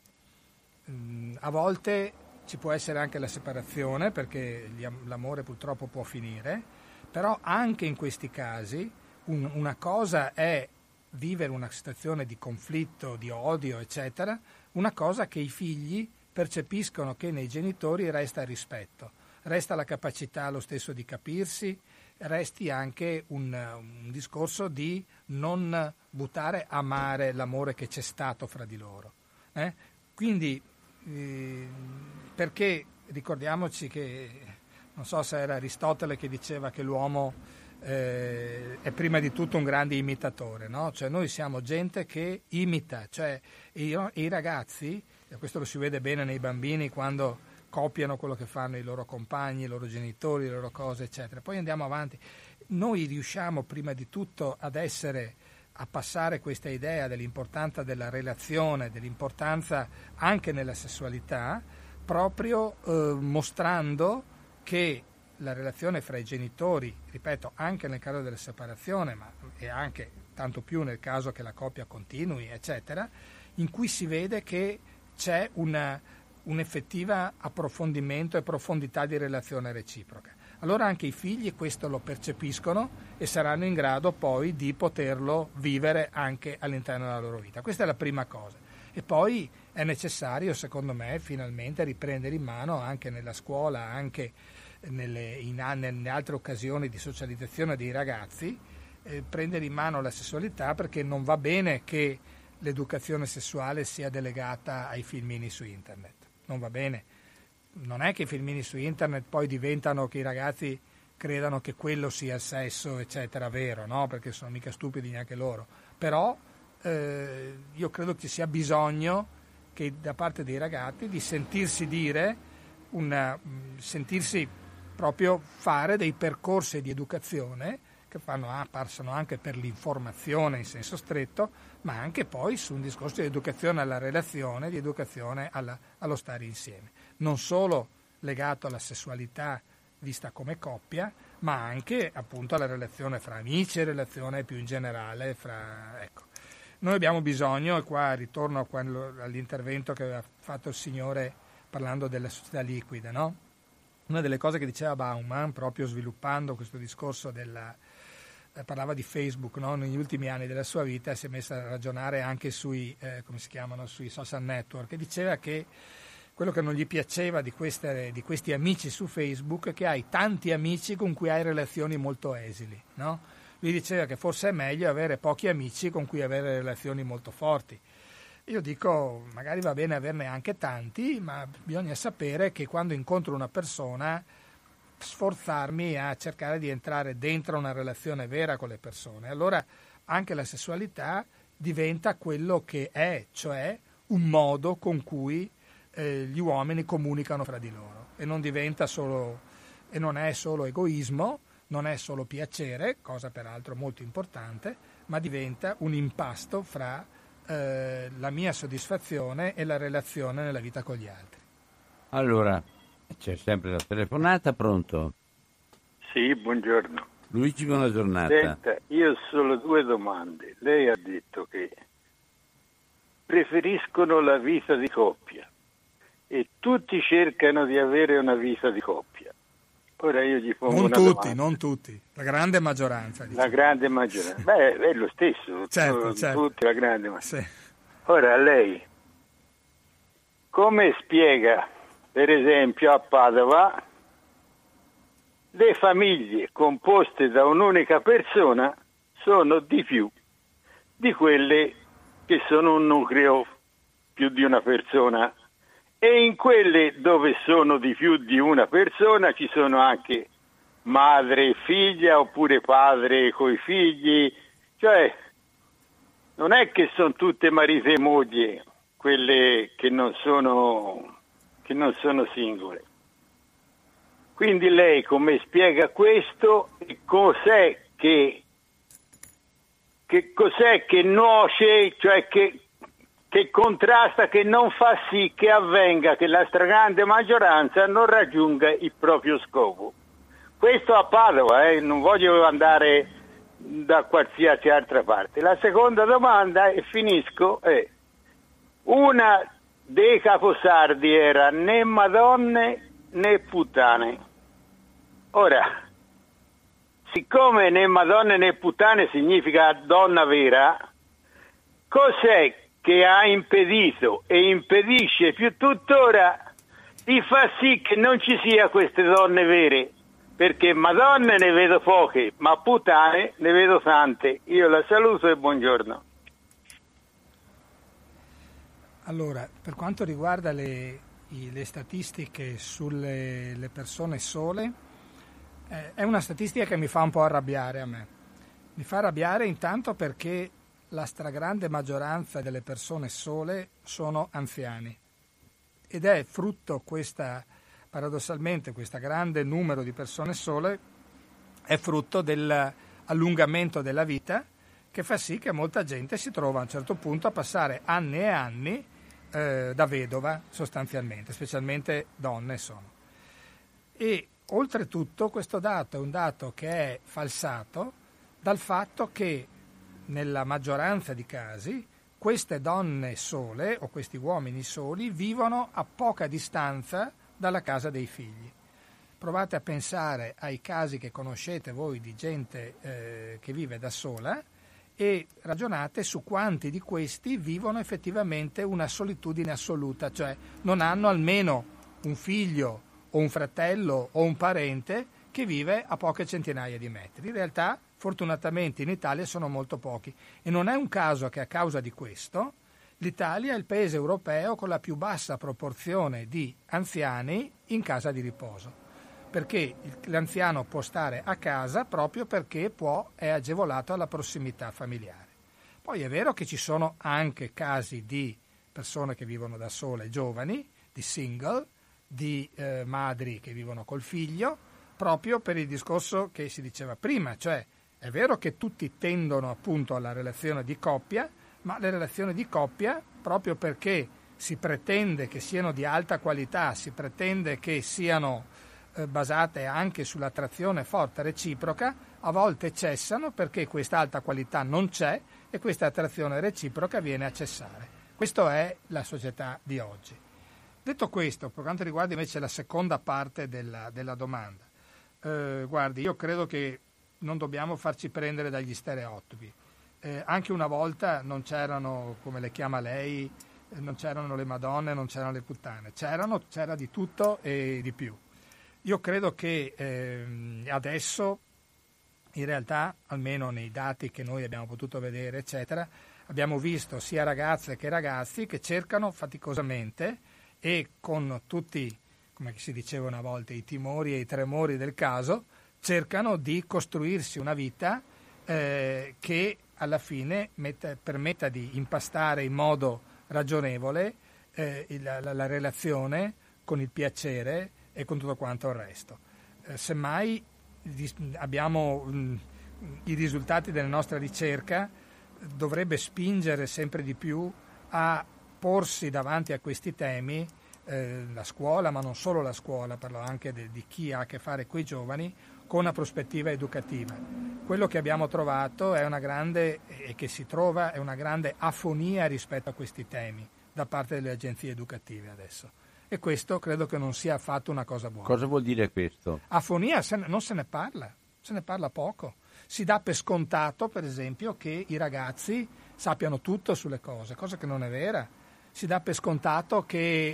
Mm, a volte ci può essere anche la separazione, perché l'amore purtroppo può finire, però anche in questi casi un, una cosa è vivere una situazione di conflitto, di odio, eccetera, una cosa che i figli percepiscono che nei genitori resta il rispetto, resta la capacità lo stesso di capirsi, resti anche un, un discorso di non buttare a mare l'amore che c'è stato fra di loro. Eh? Quindi eh, perché ricordiamoci che, non so se era Aristotele che diceva che l'uomo eh, è prima di tutto un grande imitatore, no? Cioè noi siamo gente che imita, cioè i, i ragazzi, e questo lo si vede bene nei bambini quando copiano quello che fanno i loro compagni, i loro genitori, le loro cose, eccetera. Poi andiamo avanti. Noi riusciamo prima di tutto ad essere, a passare questa idea dell'importanza della relazione, dell'importanza anche nella sessualità, proprio eh, mostrando che la relazione fra i genitori, ripeto, anche nel caso della separazione, ma e anche tanto più nel caso che la coppia continui, eccetera, in cui si vede che c'è una, un effettivo approfondimento e profondità di relazione reciproca. Allora anche i figli questo lo percepiscono e saranno in grado poi di poterlo vivere anche all'interno della loro vita. Questa è la prima cosa. E poi è necessario, secondo me, finalmente riprendere in mano anche nella scuola, anche nelle, in, nelle altre occasioni di socializzazione dei ragazzi, eh, prendere in mano la sessualità, perché non va bene che l'educazione sessuale sia delegata ai filmini su internet. Non va bene. Non è che i filmini su internet poi diventano che i ragazzi credano che quello sia il sesso, eccetera, vero, no? Perché sono mica stupidi neanche loro. Però eh, io credo che ci sia bisogno che da parte dei ragazzi di sentirsi dire, una, sentirsi proprio fare dei percorsi di educazione che fanno, ah, passano anche per l'informazione in senso stretto, ma anche poi su un discorso di educazione alla relazione, di educazione alla, allo stare insieme. Non solo legato alla sessualità vista come coppia, ma anche appunto alla relazione fra amici e relazione più in generale fra, ecco. Noi abbiamo bisogno, e qua ritorno a quello, all'intervento che aveva fatto il signore parlando della società liquida, no? Una delle cose che diceva Bauman, proprio sviluppando questo discorso della... Eh, parlava di Facebook, no? Negli ultimi anni della sua vita si è messa a ragionare anche sui, eh, come si chiamano, sui social network, e diceva che quello che non gli piaceva di, queste, di questi amici su Facebook è che hai tanti amici con cui hai relazioni molto esili, no? Lui diceva che forse è meglio avere pochi amici con cui avere relazioni molto forti. Io dico, magari va bene averne anche tanti, ma bisogna sapere che quando incontro una persona sforzarmi a cercare di entrare dentro una relazione vera con le persone. Allora anche la sessualità diventa quello che è, cioè un modo con cui eh, gli uomini comunicano fra di loro, e non diventa solo, e non è solo egoismo, non è solo piacere, cosa peraltro molto importante, ma diventa un impasto fra eh, la mia soddisfazione e la relazione nella vita con gli altri. Allora, c'è sempre la telefonata, pronto? Sì, buongiorno. Luigi, buona giornata. Senta, io ho solo due domande. Lei ha detto che preferiscono la vita di coppia e tutti cercano di avere una vita di coppia. Ora io gli pongo non una tutti, domanda. Non tutti, la grande maggioranza. Diciamo. La grande maggioranza. Beh, è lo stesso, certo, certo. tutti, la grande maggioranza. Sì. Ora lei come spiega, per esempio a Padova, le famiglie composte da un'unica persona sono di più di quelle che sono un nucleo più di una persona, e in quelle dove sono di più di una persona ci sono anche madre e figlia, oppure padre coi figli, cioè non è che sono tutte marito e moglie quelle che non sono che non sono singole. Quindi lei come spiega questo, e cos'è che che cos'è che nuoce, cioè che che contrasta, che non fa sì che avvenga che la stragrande maggioranza non raggiunga il proprio scopo. Questo a Padova, eh, non voglio andare da qualsiasi altra parte. La seconda domanda, e finisco, è una dei caposardi era né madonne né puttane. Ora, siccome né madonne né puttane significa donna vera, cos'è che ha impedito e impedisce più tuttora di far sì che non ci sia queste donne vere? Perché madonne ne vedo poche, ma puttane ne vedo tante. Io la saluto e buongiorno. Allora, per quanto riguarda le, i, le statistiche sulle le persone sole, eh, è una statistica che mi fa un po' arrabbiare a me. Mi fa arrabbiare intanto perché la stragrande maggioranza delle persone sole sono anziani, ed è frutto questa, paradossalmente, questo grande numero di persone sole è frutto dell'allungamento della vita, che fa sì che molta gente si trova a un certo punto a passare anni e anni eh, da vedova, sostanzialmente, specialmente donne sono. E oltretutto questo dato è un dato che è falsato dal fatto che nella maggioranza di casi queste donne sole o questi uomini soli vivono a poca distanza dalla casa dei figli. Provate a pensare ai casi che conoscete voi di gente eh, che vive da sola e ragionate su quanti di questi vivono effettivamente una solitudine assoluta, cioè non hanno almeno un figlio o un fratello o un parente che vive a poche centinaia di metri. In realtà, fortunatamente in Italia sono molto pochi, e non è un caso che a causa di questo l'Italia è il paese europeo con la più bassa proporzione di anziani in casa di riposo, perché l'anziano può stare a casa proprio perché può, è agevolato alla prossimità familiare. Poi è vero che ci sono anche casi di persone che vivono da sole, giovani, di single, di eh, madri che vivono col figlio, proprio per il discorso che si diceva prima, cioè è vero che tutti tendono appunto alla relazione di coppia, ma le relazioni di coppia, proprio perché si pretende che siano di alta qualità, si pretende che siano eh, basate anche sull'attrazione forte reciproca, a volte cessano perché questa alta qualità non c'è e questa attrazione reciproca viene a cessare. Questa è la società di oggi. Detto questo, per quanto riguarda invece la seconda parte della, della domanda, eh, guardi, io credo che non dobbiamo farci prendere dagli stereotipi. Eh, anche una volta non c'erano, come le chiama lei, eh, non c'erano le madonne, non c'erano le puttane, c'erano, c'era di tutto e di più. Io credo che eh, adesso, in realtà, almeno nei dati che noi abbiamo potuto vedere, eccetera, abbiamo visto sia ragazze che ragazzi che cercano faticosamente e con tutti, come si diceva una volta, i timori e i tremori del caso, cercano di costruirsi una vita eh, che alla fine metta, permetta di impastare in modo ragionevole eh, la, la, la relazione con il piacere e con tutto quanto il resto. Eh, semmai abbiamo mh, i risultati della nostra ricerca dovrebbe spingere sempre di più a porsi davanti a questi temi eh, la scuola, ma non solo la scuola, parlo anche de, di chi ha a che fare con i giovani, con una prospettiva educativa. Quello che abbiamo trovato è una grande, e che si trova, è una grande afonia rispetto a questi temi da parte delle agenzie educative adesso. E questo credo che non sia affatto una cosa buona. Cosa vuol dire questo? Afonia, se ne, non se ne parla, se ne parla poco. Si dà per scontato, per esempio, che i ragazzi sappiano tutto sulle cose, cosa che non è vera. Si dà per scontato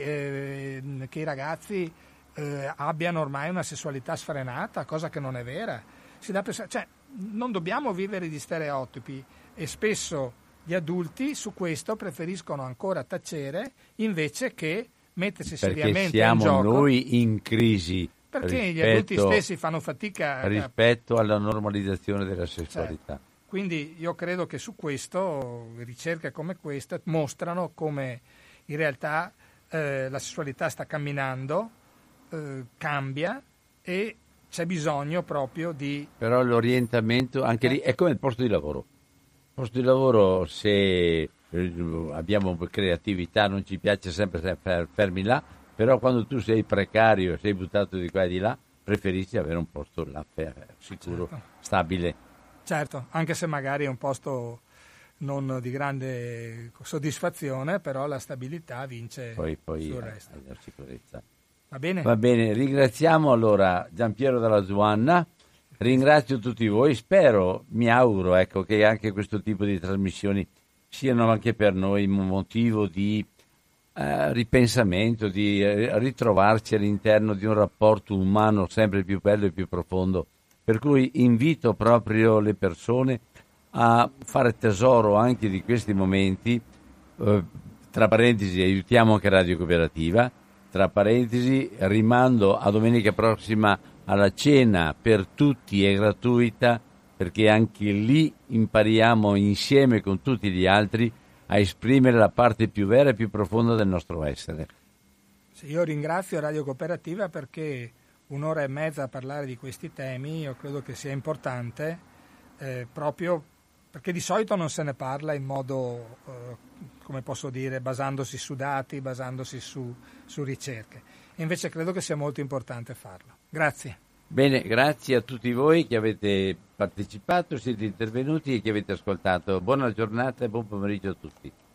che, eh, che i ragazzi eh, abbiano ormai una sessualità sfrenata, cosa che non è vera. Si dà per, cioè, non dobbiamo vivere di stereotipi e spesso gli adulti su questo preferiscono ancora tacere invece che mettersi Perché seriamente siamo in gioco. Noi in crisi. Perché rispetto, gli adulti stessi fanno fatica rispetto alla normalizzazione della sessualità. Certo. Quindi io credo che su questo ricerche come queste mostrano come in realtà eh, la sessualità sta camminando, eh, cambia e c'è bisogno proprio di... Però l'orientamento, anche lì, è come il posto di lavoro. Il posto di lavoro, se abbiamo creatività, non ci piace sempre fermi là, però quando tu sei precario, sei buttato di qua e di là, preferisci avere un posto là sicuro, certo. Stabile. Certo, anche se magari è un posto non di grande soddisfazione, però la stabilità vince poi, poi sul resto. La sicurezza. Va bene? Va bene, ringraziamo allora Giampiero dalla Zuanna, ringrazio tutti voi, spero, mi auguro ecco, che anche questo tipo di trasmissioni siano anche per noi un motivo di eh, ripensamento, di eh, ritrovarci all'interno di un rapporto umano sempre più bello e più profondo. Per cui invito proprio le persone a fare tesoro anche di questi momenti, eh, tra parentesi aiutiamo anche Radio Cooperativa, tra parentesi rimando a domenica prossima alla cena per tutti, è gratuita, perché anche lì impariamo insieme con tutti gli altri a esprimere la parte più vera e più profonda del nostro essere. Sì, io ringrazio Radio Cooperativa perché un'ora e mezza a parlare di questi temi io credo che sia importante eh, proprio perché di solito non se ne parla in modo, eh, come posso dire, basandosi su dati, basandosi su, su ricerche. Invece credo che sia molto importante farlo. Grazie. Bene, grazie a tutti voi che avete partecipato, siete intervenuti e che avete ascoltato. Buona giornata e buon pomeriggio a tutti.